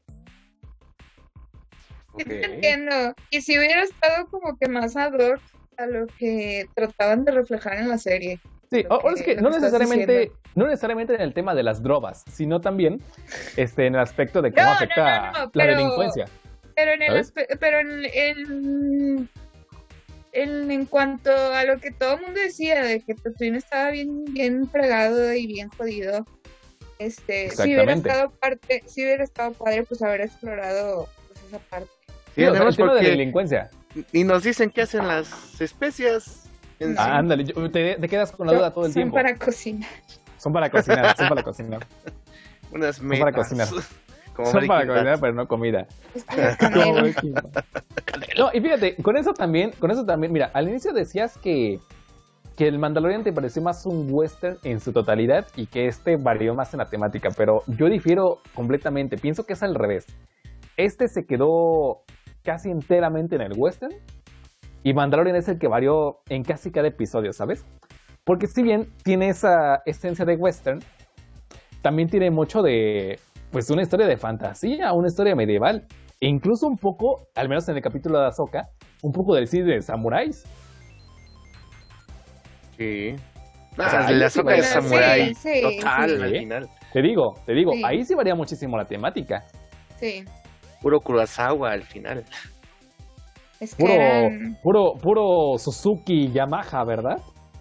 Speaker 1: Sí, te entiendo. Y si hubiera estado como que más ad hoc a lo que trataban de reflejar en la serie.
Speaker 3: Sí,
Speaker 1: Lo
Speaker 3: ahora es que
Speaker 1: lo
Speaker 3: no
Speaker 1: estás
Speaker 3: necesariamente,
Speaker 1: diciendo.
Speaker 3: no necesariamente en el tema de las drogas, sino también este, en el aspecto de cómo
Speaker 1: No, no,
Speaker 3: afecta
Speaker 1: no, no,
Speaker 3: la
Speaker 1: pero-
Speaker 3: delincuencia.
Speaker 1: Pero en el
Speaker 3: ¿Sabes?
Speaker 1: aspe- pero en, en, en, en cuanto a lo que todo el mundo decía de que Tatooine estaba bien, bien fregado y bien jodido, este, si hubiera
Speaker 3: Exactamente.
Speaker 1: estado parte, si hubiera estado padre, pues haber explorado pues, esa parte.
Speaker 2: Sí,
Speaker 3: Sí, o sea,
Speaker 2: además
Speaker 3: el tema de
Speaker 2: porque-
Speaker 3: la delincuencia.
Speaker 2: Y nos dicen qué hacen las especias. En
Speaker 3: Ah,
Speaker 2: sí.
Speaker 3: ándale, yo- te, te quedas con la duda todo el
Speaker 1: Son
Speaker 3: tiempo.
Speaker 1: para cocinar.
Speaker 3: Son para cocinar, son para cocinar.
Speaker 2: Unas
Speaker 3: para
Speaker 2: metas.
Speaker 3: cocinar.
Speaker 2: Como
Speaker 3: Son para
Speaker 2: Breaking Bad.
Speaker 3: cocinar, pero no comida.
Speaker 1: Este, canela.
Speaker 3: No, y fíjate, con eso también, con eso también, mira, al inicio decías que, que el Mandalorian te pareció más un western en su totalidad y que este varió más en la temática, pero yo difiero completamente, pienso que es al revés. Este se quedó casi enteramente en el western y Mandalorian es el que varió en casi cada episodio, ¿sabes? Porque si bien tiene esa esencia de western, también tiene mucho de, pues, una historia de fantasía, una historia medieval. E incluso un poco, al menos en el capítulo de Ahsoka, un poco del cine de samuráis.
Speaker 2: Sí.
Speaker 3: O sea,
Speaker 2: Ah,
Speaker 3: ahí
Speaker 2: la
Speaker 3: sí
Speaker 2: soca de
Speaker 1: varía.
Speaker 2: samurái.
Speaker 1: Sí, sí,
Speaker 2: Total,
Speaker 3: sí.
Speaker 2: al final.
Speaker 3: Te digo, te digo,
Speaker 1: Sí.
Speaker 3: ahí sí varía muchísimo la temática.
Speaker 1: Sí,
Speaker 2: Puro Kurosawa al final.
Speaker 1: es que
Speaker 3: Puro,
Speaker 1: eran...
Speaker 3: puro, puro Suzuki Yamaha, ¿verdad?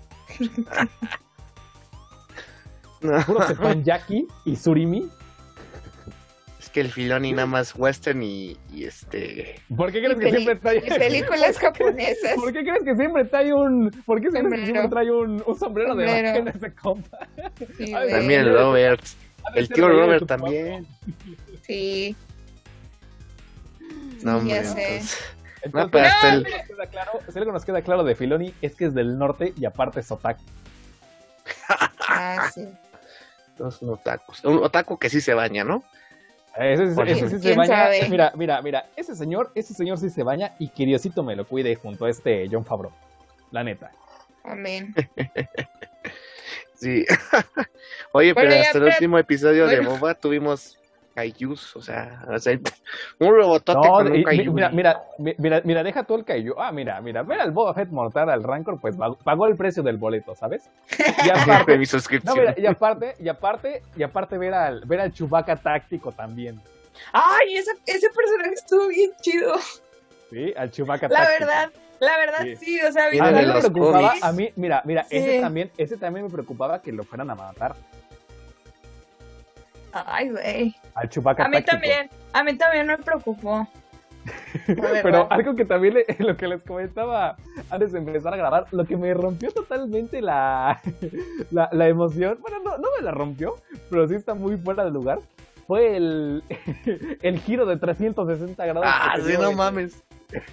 Speaker 2: No,
Speaker 3: Puro Teppanyaki y Surimi.
Speaker 2: es que el Filoni nada más western y, y este...
Speaker 3: ¿Por qué
Speaker 1: y
Speaker 3: crees que
Speaker 1: peli-
Speaker 3: siempre trae...
Speaker 1: y películas japonesas.
Speaker 3: ¿Por qué crees que siempre trae un... ¿Por qué crees que
Speaker 1: Sombrero.
Speaker 3: siempre trae un, un sombrero, de
Speaker 1: Sombrero.
Speaker 3: vaquero ese compa?
Speaker 1: Sí,
Speaker 3: Ay,
Speaker 1: güey.
Speaker 2: También el Robert.
Speaker 3: Ha de
Speaker 2: El
Speaker 3: ser
Speaker 2: tío
Speaker 3: rey de
Speaker 2: Robert
Speaker 3: tu
Speaker 2: también.
Speaker 1: Sí.
Speaker 2: No,
Speaker 1: Sí,
Speaker 2: hombre,
Speaker 1: ya sé.
Speaker 2: entonces...
Speaker 3: Entonces,
Speaker 2: No, pero hasta
Speaker 3: si
Speaker 2: el-
Speaker 3: algo nos queda claro, si algo nos queda claro de Filoni es que es del norte y aparte es otaku.
Speaker 1: Ah, sí.
Speaker 2: Dos otakus. Un otaku que sí se baña, ¿no?
Speaker 3: Ese, ese-
Speaker 2: Oye,
Speaker 3: ese sí se
Speaker 1: ¿quién
Speaker 3: baña.
Speaker 1: sabe?
Speaker 3: Mira, mira, mira, ese señor, ese señor sí se baña y que Diosito me lo cuide junto a este John Favreau. La neta.
Speaker 1: Amén.
Speaker 2: Sí. Oye,
Speaker 1: Bueno,
Speaker 2: pero
Speaker 1: ya,
Speaker 2: hasta el
Speaker 1: pero-
Speaker 2: último episodio
Speaker 1: bueno.
Speaker 2: de Boba tuvimos kaijus, o sea, o sea, un robotote
Speaker 3: No,
Speaker 2: con
Speaker 3: y-
Speaker 2: un
Speaker 3: mi-
Speaker 2: kaiju.
Speaker 3: mira, mira, mi- mira, mira, deja tú el kaiju. Ah, mira, mira, ver al Boba Fett mortal al Rancor, pues pagó, pagó el precio del boleto, ¿sabes? Y
Speaker 2: de
Speaker 3: aparte,
Speaker 2: mi
Speaker 3: no,
Speaker 2: suscripción.
Speaker 3: mira, y aparte, y aparte, y aparte ver al, ver al Chewbacca táctico también.
Speaker 1: Ay, ese, ese personaje estuvo bien chido.
Speaker 3: Sí, al Chewbacca
Speaker 1: La
Speaker 3: táctico.
Speaker 1: verdad, la verdad
Speaker 3: Sí.
Speaker 1: sí, o sea,
Speaker 2: Viene
Speaker 3: A
Speaker 2: de
Speaker 3: mí
Speaker 1: visual-
Speaker 3: me
Speaker 2: los
Speaker 3: preocupaba,
Speaker 2: cómics.
Speaker 3: a mí, mira, mira,
Speaker 1: Sí.
Speaker 3: ese también, ese también me preocupaba que lo fueran a matar
Speaker 1: Ay, güey.
Speaker 3: al Chewbacca
Speaker 1: A mí
Speaker 3: táctico.
Speaker 1: también, a mí también me preocupó. La verdad.
Speaker 3: Pero algo que también le- lo que les comentaba antes de empezar a grabar, lo que me rompió totalmente la, la, la emoción, bueno, no, no me la rompió, pero sí está muy fuera de lugar, fue el, el giro de trescientos sesenta grados.
Speaker 2: Ah,
Speaker 3: que
Speaker 2: sí,
Speaker 3: dio
Speaker 2: no
Speaker 3: el-
Speaker 2: mames.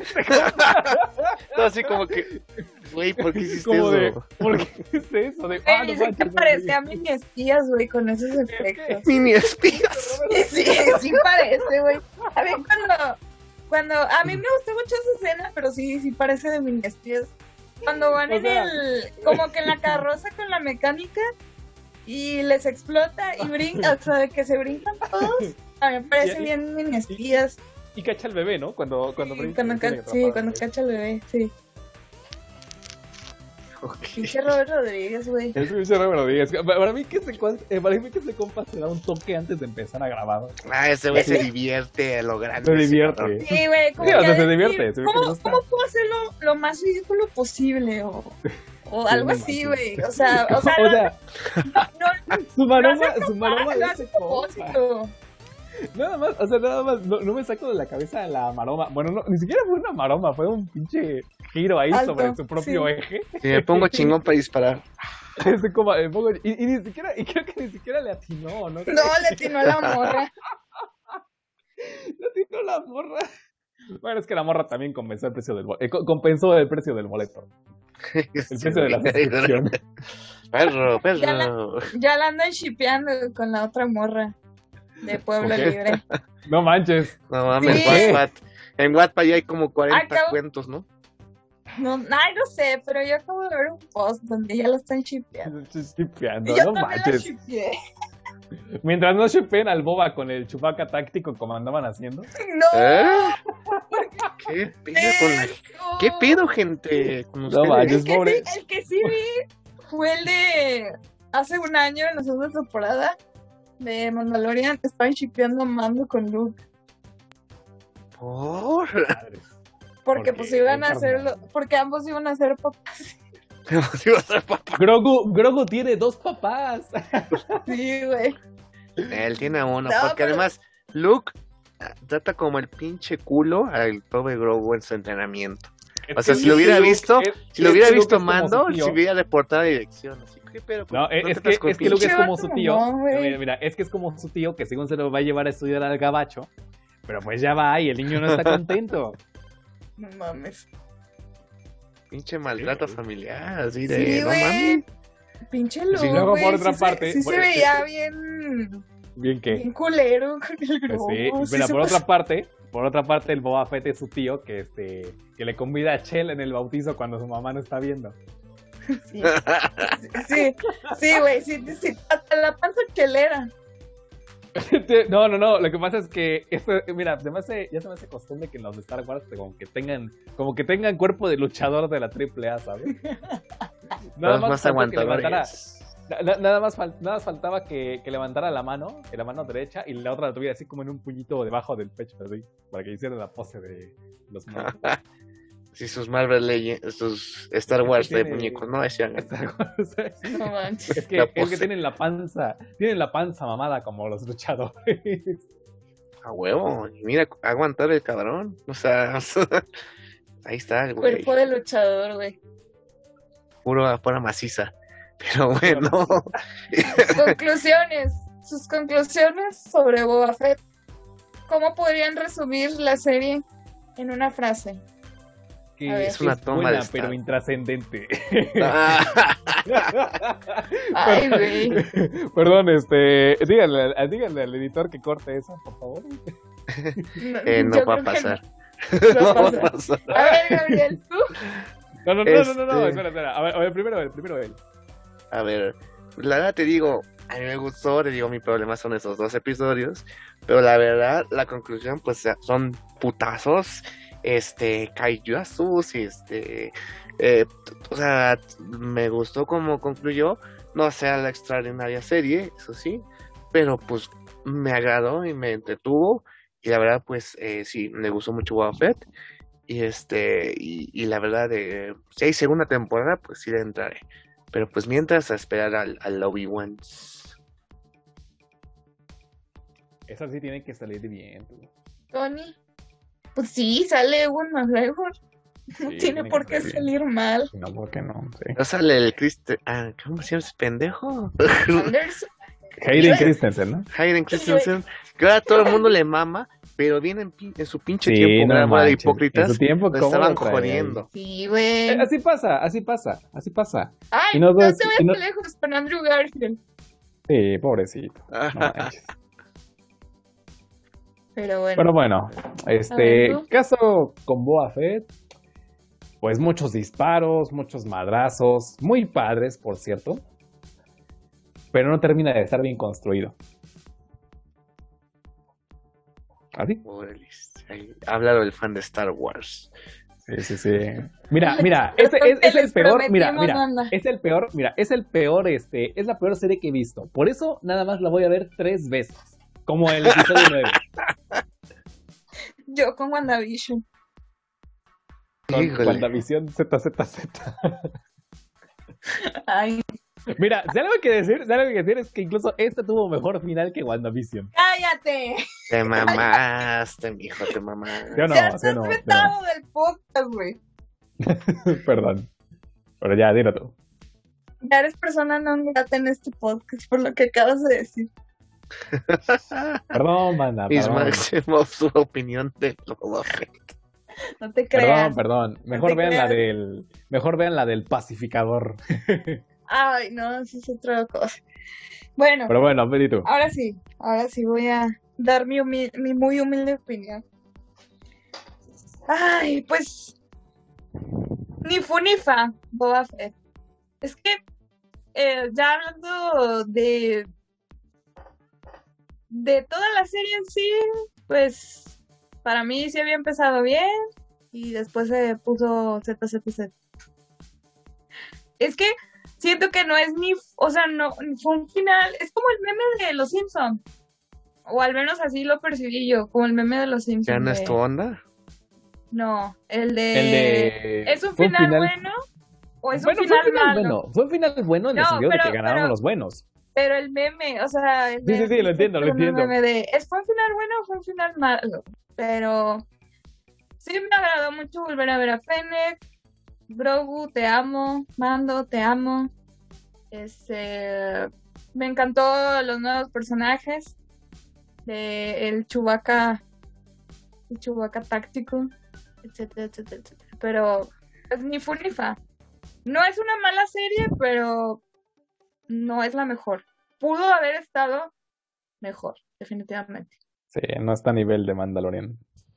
Speaker 2: No, así como que, güey, ¿por qué hiciste
Speaker 3: Como de,
Speaker 2: eso?
Speaker 3: ¿por qué es eso? De, ah,
Speaker 1: Ey,
Speaker 3: no
Speaker 1: sí que
Speaker 3: manches,
Speaker 1: parecía a
Speaker 3: güey.
Speaker 1: mini espías, güey, con esos efectos.
Speaker 2: Mini espías.
Speaker 1: Sí, sí parece, güey. A mí cuando, cuando, a mí me gustó mucho esa escena, pero sí, sí parece de mini espías. Cuando van
Speaker 3: O
Speaker 1: en
Speaker 3: sea-
Speaker 1: el, como que en la carroza con la mecánica y les explota y brincan, o sea, que se brincan todos. A mí me parece
Speaker 3: Y-
Speaker 1: bien mini espías.
Speaker 3: Y cacha al bebé, ¿no? Cuando, cuando
Speaker 1: Sí,
Speaker 3: brinca,
Speaker 1: cuando,
Speaker 3: tiene
Speaker 1: ca-
Speaker 3: que
Speaker 1: sí,
Speaker 3: atrapar
Speaker 1: cuando
Speaker 3: al bebé.
Speaker 1: cacha al bebé, sí. Pinche Robert Rodríguez, güey.
Speaker 3: Es pinche Robert Rodríguez. Para mí que ese, cuan- eh, para mí que ese compa se da un toque antes de empezar a grabar.
Speaker 2: Ah, ese güey se divierte a lo grande.
Speaker 3: Se
Speaker 2: ese
Speaker 3: divierte.
Speaker 2: cabrón.
Speaker 1: Sí, güey, como
Speaker 3: Sí, o
Speaker 1: que
Speaker 3: sea,
Speaker 1: a
Speaker 3: se
Speaker 1: decir,
Speaker 3: divierte, se ve que le
Speaker 1: ¿Cómo,
Speaker 3: gusta.
Speaker 1: ¿Cómo puedo hacerlo lo más ridículo posible? O, o
Speaker 3: Sí,
Speaker 1: algo
Speaker 3: no
Speaker 1: así,
Speaker 3: manches.
Speaker 1: güey. O sea, o sea,
Speaker 3: O
Speaker 1: no,
Speaker 3: sea,
Speaker 1: no, no,
Speaker 3: su
Speaker 1: lo
Speaker 3: maroma,
Speaker 1: hace
Speaker 3: su maroma de
Speaker 1: lo
Speaker 3: ese
Speaker 1: hace a
Speaker 3: compa.
Speaker 1: propósito.
Speaker 3: Nada más, o sea, nada más, no, no me saco de la cabeza la maroma. Bueno, no, ni siquiera fue una maroma, fue un pinche giro ahí
Speaker 1: Alto,
Speaker 3: sobre su propio
Speaker 1: sí.
Speaker 3: eje.
Speaker 2: Si me pongo chingón para disparar.
Speaker 3: Ese compa, me pongo- y, y ni siquiera, y creo que ni siquiera le atinó, ¿no?
Speaker 1: No, le atinó a la morra.
Speaker 3: Le atinó la morra. Bueno, es que la morra también compensó el precio del boleto. compensó el precio del boleto. El precio de la suscripción.
Speaker 2: Perro,
Speaker 1: Ya la-
Speaker 2: perro.
Speaker 1: Ya la andan shipeando con la otra morra de Pueblo
Speaker 3: Ok.
Speaker 1: Libre.
Speaker 3: No manches.
Speaker 2: No mames,
Speaker 1: Sí.
Speaker 2: Wattpad. En Wattpad ya hay como cuarenta
Speaker 1: Acabo-
Speaker 2: cuentos, ¿no?
Speaker 1: No, ay, no sé, pero yo acabo de ver un post donde ya la están shipeando.
Speaker 3: Shipeando,
Speaker 1: Y yo
Speaker 3: no
Speaker 1: también la
Speaker 3: manches.
Speaker 1: shipeé.
Speaker 3: Mientras no shipeen al boba con el chupaca táctico como andaban haciendo.
Speaker 1: No,
Speaker 2: ¿Eh? ¿Qué pedo con la...
Speaker 1: no.
Speaker 2: ¿Qué pedo, gente? Con
Speaker 3: No
Speaker 2: ustedes?
Speaker 3: manches.
Speaker 1: El que,
Speaker 3: Pobre.
Speaker 1: sí, el que sí vi fue el de hace un año en la segunda temporada de Mandalorian. Estaban shipeando a Mando con Luke.
Speaker 2: Por...
Speaker 3: Madres.
Speaker 1: Porque
Speaker 3: ¿Por
Speaker 1: pues
Speaker 3: qué,
Speaker 1: iban a
Speaker 3: carnal?
Speaker 1: hacerlo, porque ambos iban a ser papás.
Speaker 3: Grogu, Grogu tiene dos papás.
Speaker 1: Sí, güey.
Speaker 2: Él tiene uno,
Speaker 1: No,
Speaker 2: porque
Speaker 1: pero-
Speaker 2: además Luke ah, trata como el pinche culo al pobre Grogu en su entrenamiento. O sea, si lo hubiera visto, si lo hubiera visto Mando, si hubiera reportado la dirección. Así que, pero,
Speaker 3: No, es,
Speaker 2: te
Speaker 3: es que,
Speaker 2: metas con
Speaker 3: es que Luke es
Speaker 1: pinche
Speaker 3: como su
Speaker 1: vato
Speaker 3: tío.
Speaker 1: mamón, güey.
Speaker 3: Mira, mira, es que es como su tío que según se lo va a llevar a estudiar al gabacho. Pero pues ya va y el niño no está contento.
Speaker 1: No mames.
Speaker 2: pinche maltrato
Speaker 3: Sí.
Speaker 2: familiar, así de,
Speaker 1: Sí,
Speaker 2: no
Speaker 1: güey.
Speaker 2: mames.
Speaker 1: Pinche
Speaker 3: Y
Speaker 1: Luke,
Speaker 3: luego, por
Speaker 1: güey,
Speaker 3: otra
Speaker 1: sí
Speaker 3: parte,
Speaker 1: se, sí
Speaker 3: bueno,
Speaker 1: se veía bien,
Speaker 3: Bien que.
Speaker 1: bien culero con el
Speaker 3: Pues
Speaker 1: Grogu.
Speaker 3: sí,
Speaker 1: sí
Speaker 3: mira,
Speaker 1: se
Speaker 3: por
Speaker 1: pasó.
Speaker 3: otra parte, por otra parte, el Boba Fett es su tío que este que le convida a Chell en el bautizo cuando su mamá no está viendo.
Speaker 1: Sí, sí, sí, güey, sí, sí, hasta la panza chelera.
Speaker 3: No, no, no, lo que pasa es que esto, mira, se me hace, ya se me hace costumbre que en los de Star Wars como que tengan, como que tengan cuerpo de luchador de la triple A, ¿sabes?
Speaker 2: Los más
Speaker 3: faltó que levantara,
Speaker 2: aguantadores.
Speaker 3: na- na- nada más fal- nada más faltaba que, que levantara la mano, la mano derecha, y la otra la tuviera así como en un puñito debajo del pecho, así, para que hiciera la pose de los monos.
Speaker 2: Sí, sus Marvel Legends, sus Star Wars de
Speaker 3: Tiene-
Speaker 2: muñecos, ¿no? Decían.
Speaker 3: Star Wars, sí.
Speaker 1: No manches.
Speaker 3: Es que,
Speaker 2: La
Speaker 3: es que
Speaker 2: pose.
Speaker 3: tienen la panza, tienen la panza mamada como los luchadores.
Speaker 2: A huevo. Y mira, aguantar el cabrón. O sea, ahí está el güey.
Speaker 1: Cuerpo de luchador, güey.
Speaker 2: Puro, pura maciza. Pero bueno.
Speaker 1: Conclusiones. Sus conclusiones sobre Boba Fett. ¿Cómo podrían resumir la serie en una frase?
Speaker 3: Que
Speaker 1: A ver.
Speaker 2: Es una toma
Speaker 3: buena,
Speaker 2: de Estado.
Speaker 3: pero intrascendente.
Speaker 2: Ah,
Speaker 1: Ay, güey.
Speaker 3: Perdón, este, díganle, díganle al editor que corte eso, por favor.
Speaker 1: No,
Speaker 2: eh, no
Speaker 1: yo
Speaker 2: va a
Speaker 1: creo que
Speaker 2: pasar.
Speaker 1: no.
Speaker 2: No
Speaker 1: No
Speaker 2: va a
Speaker 1: pasa.
Speaker 2: pasar.
Speaker 1: A ver, Gabriel, tú.
Speaker 3: No, no, no, no, no, no,
Speaker 2: Este-
Speaker 3: espera, espera. A ver, a ver, primero él, primero él.
Speaker 2: A ver, la verdad te digo, a mí me gustó, te digo, mi problema son esos dos episodios, pero la verdad, la conclusión, pues son putazos, este, kaijutsus, este, eh, o sea, me gustó como concluyó, no sea la extraordinaria serie, eso sí, pero pues me agradó y me entretuvo, y la verdad, pues eh, sí, me gustó mucho Boba Fett, y este, y, y la verdad, eh, si hay segunda temporada, pues sí le entraré. Pero pues mientras a esperar al, al Obi-Wan.
Speaker 3: Esa sí tiene que salir bien. tú.
Speaker 1: Tony. Pues sí, sale Ewan McGregor. No
Speaker 3: Sí,
Speaker 1: tiene por qué
Speaker 3: salir bien.
Speaker 1: salir mal.
Speaker 3: No, ¿por qué no? Sí.
Speaker 2: No sale el Christ... Ah, ¿cómo se llama ese pendejo?
Speaker 1: Anderson.
Speaker 3: Hayden Christensen, ¿no?
Speaker 2: Hayden Christensen. Que ahora todo el mundo le mama, pero viene en, pin- en su pinche tiempo,
Speaker 3: no
Speaker 2: gran bola de
Speaker 3: manches.
Speaker 2: hipócritas.
Speaker 3: En su tiempo,
Speaker 2: Lo
Speaker 3: ¿cómo
Speaker 2: estaban
Speaker 3: lo traía?
Speaker 2: jodiendo.
Speaker 1: Sí, güey.
Speaker 3: Eh, Así pasa, así pasa, así pasa.
Speaker 1: Ay,
Speaker 3: y no
Speaker 1: no,
Speaker 3: dos-
Speaker 1: te
Speaker 3: y no-
Speaker 1: vayas lejos con Andrew Garfield.
Speaker 3: Sí, pobrecito. No manches.
Speaker 1: Pero bueno.
Speaker 3: Pero bueno,
Speaker 1: A ver,
Speaker 3: este
Speaker 1: ¿tú?
Speaker 3: caso con Boba Fett, pues muchos disparos, muchos madrazos, muy padres, por cierto, pero no termina de estar bien construido. ¿Así?
Speaker 2: Órale, ahí, ha hablado el fan de Star Wars.
Speaker 3: Sí, sí, sí. Mira, mira, ese es, es el peor, mira, mira,
Speaker 1: Anda.
Speaker 3: es el peor, mira, es el peor, este, es la peor serie que he visto. Por eso nada más la voy a ver tres veces, como el episodio nueve.
Speaker 1: Yo con WandaVision.
Speaker 3: Con
Speaker 2: Híjole.
Speaker 3: WandaVision Z Z Z.
Speaker 1: Ay,
Speaker 3: Mira, si algo que decir, si algo que decir es que incluso este tuvo mejor final que WandaVision.
Speaker 1: cállate.
Speaker 2: Te mamaste, mijo, te mamaste.
Speaker 3: ¿Sí o no?
Speaker 1: Ya
Speaker 3: ¿Sí
Speaker 1: estás
Speaker 3: o no? ¿Sí o
Speaker 1: vetado del podcast, güey.
Speaker 3: no? Perdón. Pero ya, dilo tú.
Speaker 1: Ya eres persona no grata en este podcast por lo que acabas de decir.
Speaker 3: Perdón, manda,
Speaker 2: Mis
Speaker 3: perdón.
Speaker 2: máximos, su opinión de Boba Fett.
Speaker 1: No te
Speaker 3: Perdón,
Speaker 1: creas.
Speaker 3: perdón. Mejor
Speaker 1: te
Speaker 3: vean la
Speaker 1: creas.
Speaker 3: del, mejor vean la del pacificador.
Speaker 1: Ay, no, eso es otra cosa. Bueno,
Speaker 3: Pero bueno, vete tú.
Speaker 1: ahora sí, ahora sí voy a dar mi, humi- mi muy humilde opinión. Ay, pues, ni fu ni fa, Boba Fett. Es que, eh, ya hablando de, de toda la serie en sí, pues, para mí sí había empezado bien y después se puso Z Z Z. Es que siento que no es ni, o sea, no fue un final, es como el meme de Los Simpson, o al menos así lo percibí yo, como el meme de Los Simpson.
Speaker 2: ¿Ya no es
Speaker 1: de-
Speaker 2: tu onda?
Speaker 1: No, el de,
Speaker 3: El de...
Speaker 1: ¿es un
Speaker 3: fue
Speaker 1: final, bueno o es
Speaker 3: Bueno,
Speaker 1: un
Speaker 3: fue
Speaker 1: final
Speaker 3: un final
Speaker 1: malo?
Speaker 3: bueno. Fue un final bueno en el
Speaker 1: No,
Speaker 3: sentido de
Speaker 1: pero-
Speaker 3: que ganaron
Speaker 1: pero-
Speaker 3: los buenos.
Speaker 1: Pero el meme, o sea, el
Speaker 3: Sí, sí,
Speaker 1: meme,
Speaker 3: sí, lo entiendo, lo
Speaker 1: el
Speaker 3: entiendo.
Speaker 1: meme de, ¿es fue un final bueno o fue un final malo? Pero sí me agradó mucho volver a ver a Fennec. Grogu, te amo. Mando, te amo. Este, me encantó los nuevos personajes de el Chewbacca, el Chewbacca táctico, etcétera, etcétera, etcétera. Pero es ni fu ni fa. No es una mala serie, pero no es la mejor. Pudo haber estado mejor, definitivamente.
Speaker 3: Sí, no está a nivel de Mandalorian.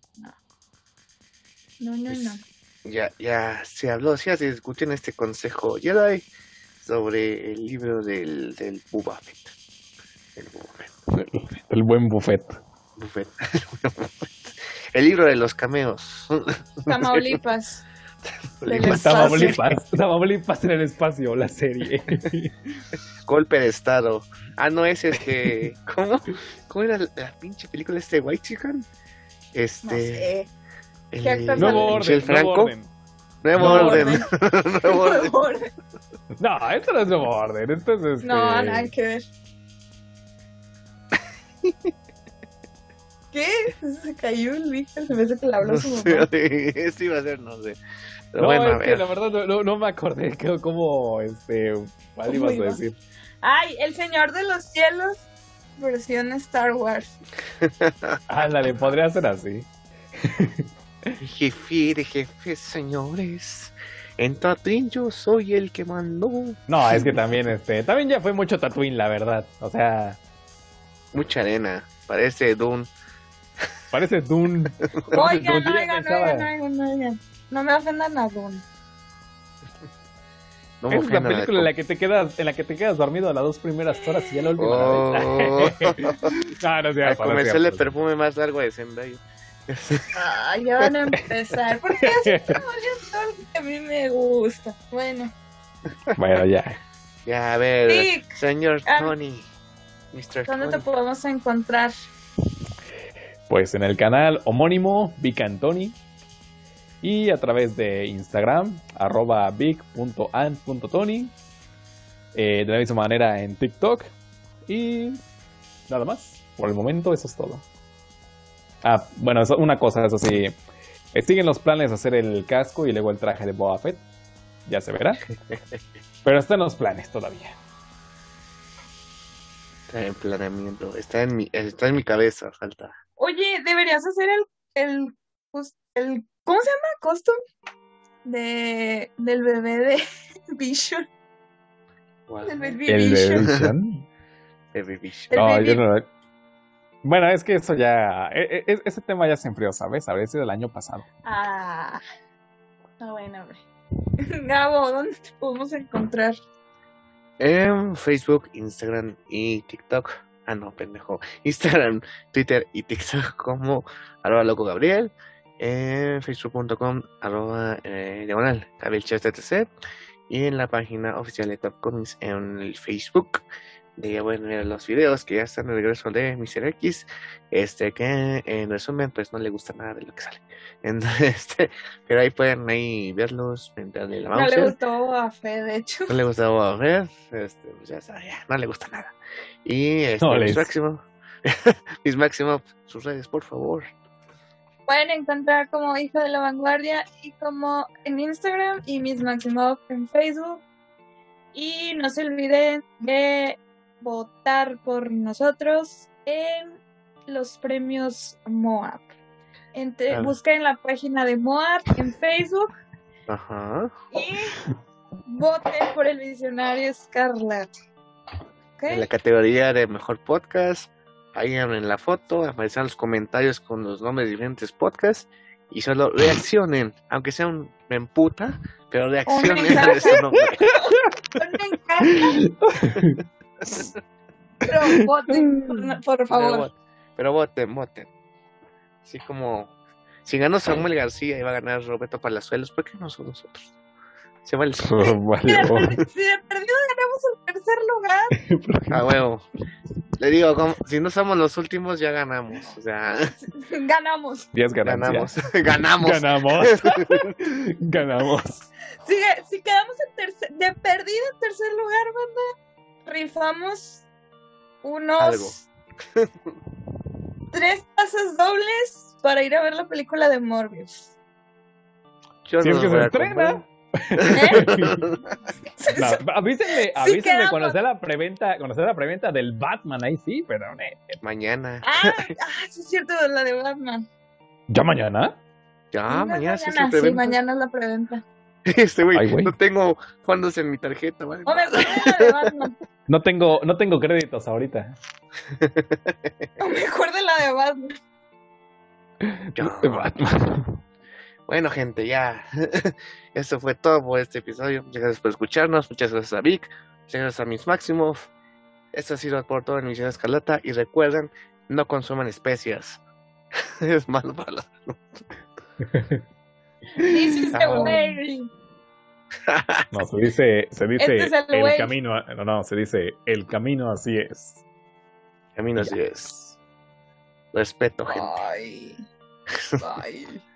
Speaker 1: No, no, no.
Speaker 2: Ya, ya se habló, ya se discutió en este consejo Jedi sobre el libro del, del Boba Fett. El Boba Fett.
Speaker 3: El, el buen buffet.
Speaker 2: Buffet. El libro de los cameos.
Speaker 1: Tamaulipas. Del
Speaker 2: Tamaulipas.
Speaker 1: espacio.
Speaker 3: Tamaulipas. Tamaulipas en el espacio, la serie.
Speaker 2: Golpe de estado. Ah, no, es este. ¿Cómo? ¿Cómo era la, la pinche película este de White Chicken? Este.
Speaker 1: No sé.
Speaker 2: el
Speaker 1: ¿Qué actor
Speaker 2: de
Speaker 3: Nuevo
Speaker 2: Michel
Speaker 3: orden, nuevo
Speaker 2: Franco.
Speaker 3: orden.
Speaker 2: Nuevo
Speaker 3: Nuevo
Speaker 2: orden. Nuevo orden.
Speaker 3: No, esto no es nuevo orden. Esto es este...
Speaker 1: No, nada que ver. ¿Qué? Se cayó el Víctor, se me hace que le habló
Speaker 2: No
Speaker 1: a su
Speaker 2: sé,
Speaker 1: mamá.
Speaker 2: este iba a ser, no sé. Pero
Speaker 3: No,
Speaker 2: bueno, a
Speaker 3: es que
Speaker 2: ver.
Speaker 3: la verdad no, no, no me acordé que- cómo, este, cuál
Speaker 1: ¿Cómo
Speaker 3: ibas
Speaker 1: iba?
Speaker 3: a decir.
Speaker 1: Ay, El Señor de los Cielos, versión Star Wars.
Speaker 3: Ándale, podría ser así.
Speaker 2: Jefe de jefes, señores. En Tatooine yo soy el que mandó.
Speaker 3: No, es que también, este, también ya fue mucho Tatooine, la verdad. O sea,
Speaker 2: Mucha arena. Parece Dune.
Speaker 3: parece Dune.
Speaker 1: Oigan,
Speaker 3: Yo ya
Speaker 1: oigan,
Speaker 3: pensaba-
Speaker 1: oigan, oigan, oigan. No me ofendan a Dune.
Speaker 2: No me
Speaker 3: Esa es la
Speaker 2: ofendan,
Speaker 3: película en la que te quedas, en la que te quedas dormido a las dos primeras horas y ya la última
Speaker 2: Oh.
Speaker 3: la ves. no, no es
Speaker 2: Al
Speaker 3: cierto, no es
Speaker 2: comercial
Speaker 3: cierto.
Speaker 2: de perfume más largo de Zendaya.
Speaker 1: Ay, ya van a empezar. ¿Por qué así todo lo que a mí me gusta? Bueno,
Speaker 3: Bueno, ya.
Speaker 2: Ya, a ver,
Speaker 1: Vic,
Speaker 2: señor
Speaker 1: ah,
Speaker 2: Tony. mister
Speaker 1: ¿dónde te
Speaker 2: Tony.
Speaker 1: podemos encontrar?
Speaker 3: Pues en el canal homónimo Vic Antoni y a través de Instagram arroba vic punto ant punto tony, eh, de la misma manera en TikTok y nada más. Por el momento eso es todo. Ah, bueno, eso- una cosa, eso sí, eh, siguen los planes de hacer el casco y luego el traje de Boba Fett, ya se verá, pero está en los planes todavía.
Speaker 2: Está en planeamiento. Está en mi, está en mi cabeza, falta.
Speaker 1: Oye, deberías hacer el, el, cos- el ¿cómo se llama? Costume de, del bebé de Vision.
Speaker 2: Wow.
Speaker 1: Del baby
Speaker 3: El de
Speaker 1: Vision.
Speaker 3: Vision.
Speaker 2: El Vision.
Speaker 1: El
Speaker 3: No,
Speaker 1: baby-
Speaker 3: yo no. Bueno, es que eso ya. e- e- ese tema ya se enfrió, ¿sabes? Habría sido el año pasado.
Speaker 1: Ah, ah, bueno, hombre. Gabo, ¿dónde te podemos encontrar?
Speaker 2: En Facebook, Instagram y TikTok. Ah, no, pendejo. Instagram, Twitter y TikTok como arroba loco Gabriel. en facebook punto com arroba eh, diagonal cabelchest etc y en la página oficial de Top Comics en el Facebook. De ahí pueden ver los videos que ya están de regreso de mister X, este que en resumen pues no le gusta nada de lo que sale. Entonces, este, pero ahí pueden ahí verlos mientras le la
Speaker 1: No
Speaker 2: mouse.
Speaker 1: le gustó a Fe, de hecho.
Speaker 2: No le gustaba ver, este, pues ya está, ya, no le gusta nada. Y este,
Speaker 3: No
Speaker 2: Miss
Speaker 3: les-
Speaker 2: Máximo, Miss Máximo, sus redes, por favor.
Speaker 1: Pueden encontrar como Hija de la Vanguardia y como en Instagram y Miss Maximoff en Facebook. Y no se olviden de votar por nosotros en los premios Moab. Entre,
Speaker 2: Ah.
Speaker 1: Busquen la página de Moab en Facebook
Speaker 2: Ajá.
Speaker 1: y voten por el Visionario Escarlata. ¿Ok?
Speaker 2: En la categoría de mejor podcast, ahí en la foto aparecen los comentarios con los nombres de diferentes podcasts y solo reaccionen, aunque sea un me emputa, pero reaccionen a su nombre.
Speaker 1: Me encanta. Pero voten, por, por
Speaker 2: Pero,
Speaker 1: favor.
Speaker 2: voten, pero voten, voten. Así como si ganó Samuel García y va a ganar Roberto Palazuelos, ¿por qué no somos nosotros? Se vale.
Speaker 3: Vale,
Speaker 1: Si de,
Speaker 3: oh.
Speaker 1: per- si de perdido ganamos el tercer lugar,
Speaker 2: A huevo. Le digo, como- si no somos los últimos, ya ganamos. O sea,
Speaker 1: ganamos.
Speaker 3: diez ganancias.
Speaker 2: ganamos.
Speaker 3: Ganamos.
Speaker 2: Ganamos.
Speaker 3: Ganamos.
Speaker 1: Si, si quedamos en tercer, de perdido en tercer lugar, banda, rifamos unos
Speaker 2: Algo.
Speaker 1: tres pases dobles para ir a ver la película de Morbius.
Speaker 2: Yo
Speaker 3: Si es
Speaker 2: no
Speaker 3: que
Speaker 2: voy
Speaker 3: se
Speaker 2: a
Speaker 3: estrena.
Speaker 2: comprar.
Speaker 1: ¿Eh?
Speaker 3: No, avísenme,
Speaker 1: Sí
Speaker 3: avísenme
Speaker 1: quedamos.
Speaker 3: cuando sea la preventa, cuando sea la preventa del Batman, ahí sí, pero eh,
Speaker 2: Mañana.
Speaker 1: Ah, ah, sí es cierto, la de Batman.
Speaker 3: ¿ya mañana?
Speaker 2: Ya,
Speaker 1: No,
Speaker 2: mañana sí se
Speaker 1: mañana, sí,
Speaker 2: preventa.
Speaker 1: mañana es la preventa.
Speaker 2: Este güey,
Speaker 3: Ay, güey.
Speaker 2: no tengo fondos en mi tarjeta, ¿vale?
Speaker 1: O mejor de la de Batman.
Speaker 3: No tengo, no tengo créditos ahorita.
Speaker 1: O mejor de la de Batman.
Speaker 2: Ya.
Speaker 3: Batman.
Speaker 2: Bueno, gente, ya. Eso fue todo por este episodio. Muchas gracias por escucharnos. Muchas gracias a Vic. Muchas gracias a Miss Maximoff. Esto ha sido por todo en Misión Escarlata. Y recuerden, no consuman especias. Es malo para la salud.
Speaker 1: This is the
Speaker 2: Chao.
Speaker 1: way.
Speaker 3: No, se dice, se dice
Speaker 1: Este es el
Speaker 3: el,
Speaker 1: güey.
Speaker 3: camino, a- no, no, se dice el camino así es.
Speaker 2: Caminos diez. Respeto, gente.
Speaker 1: Bye. Bye.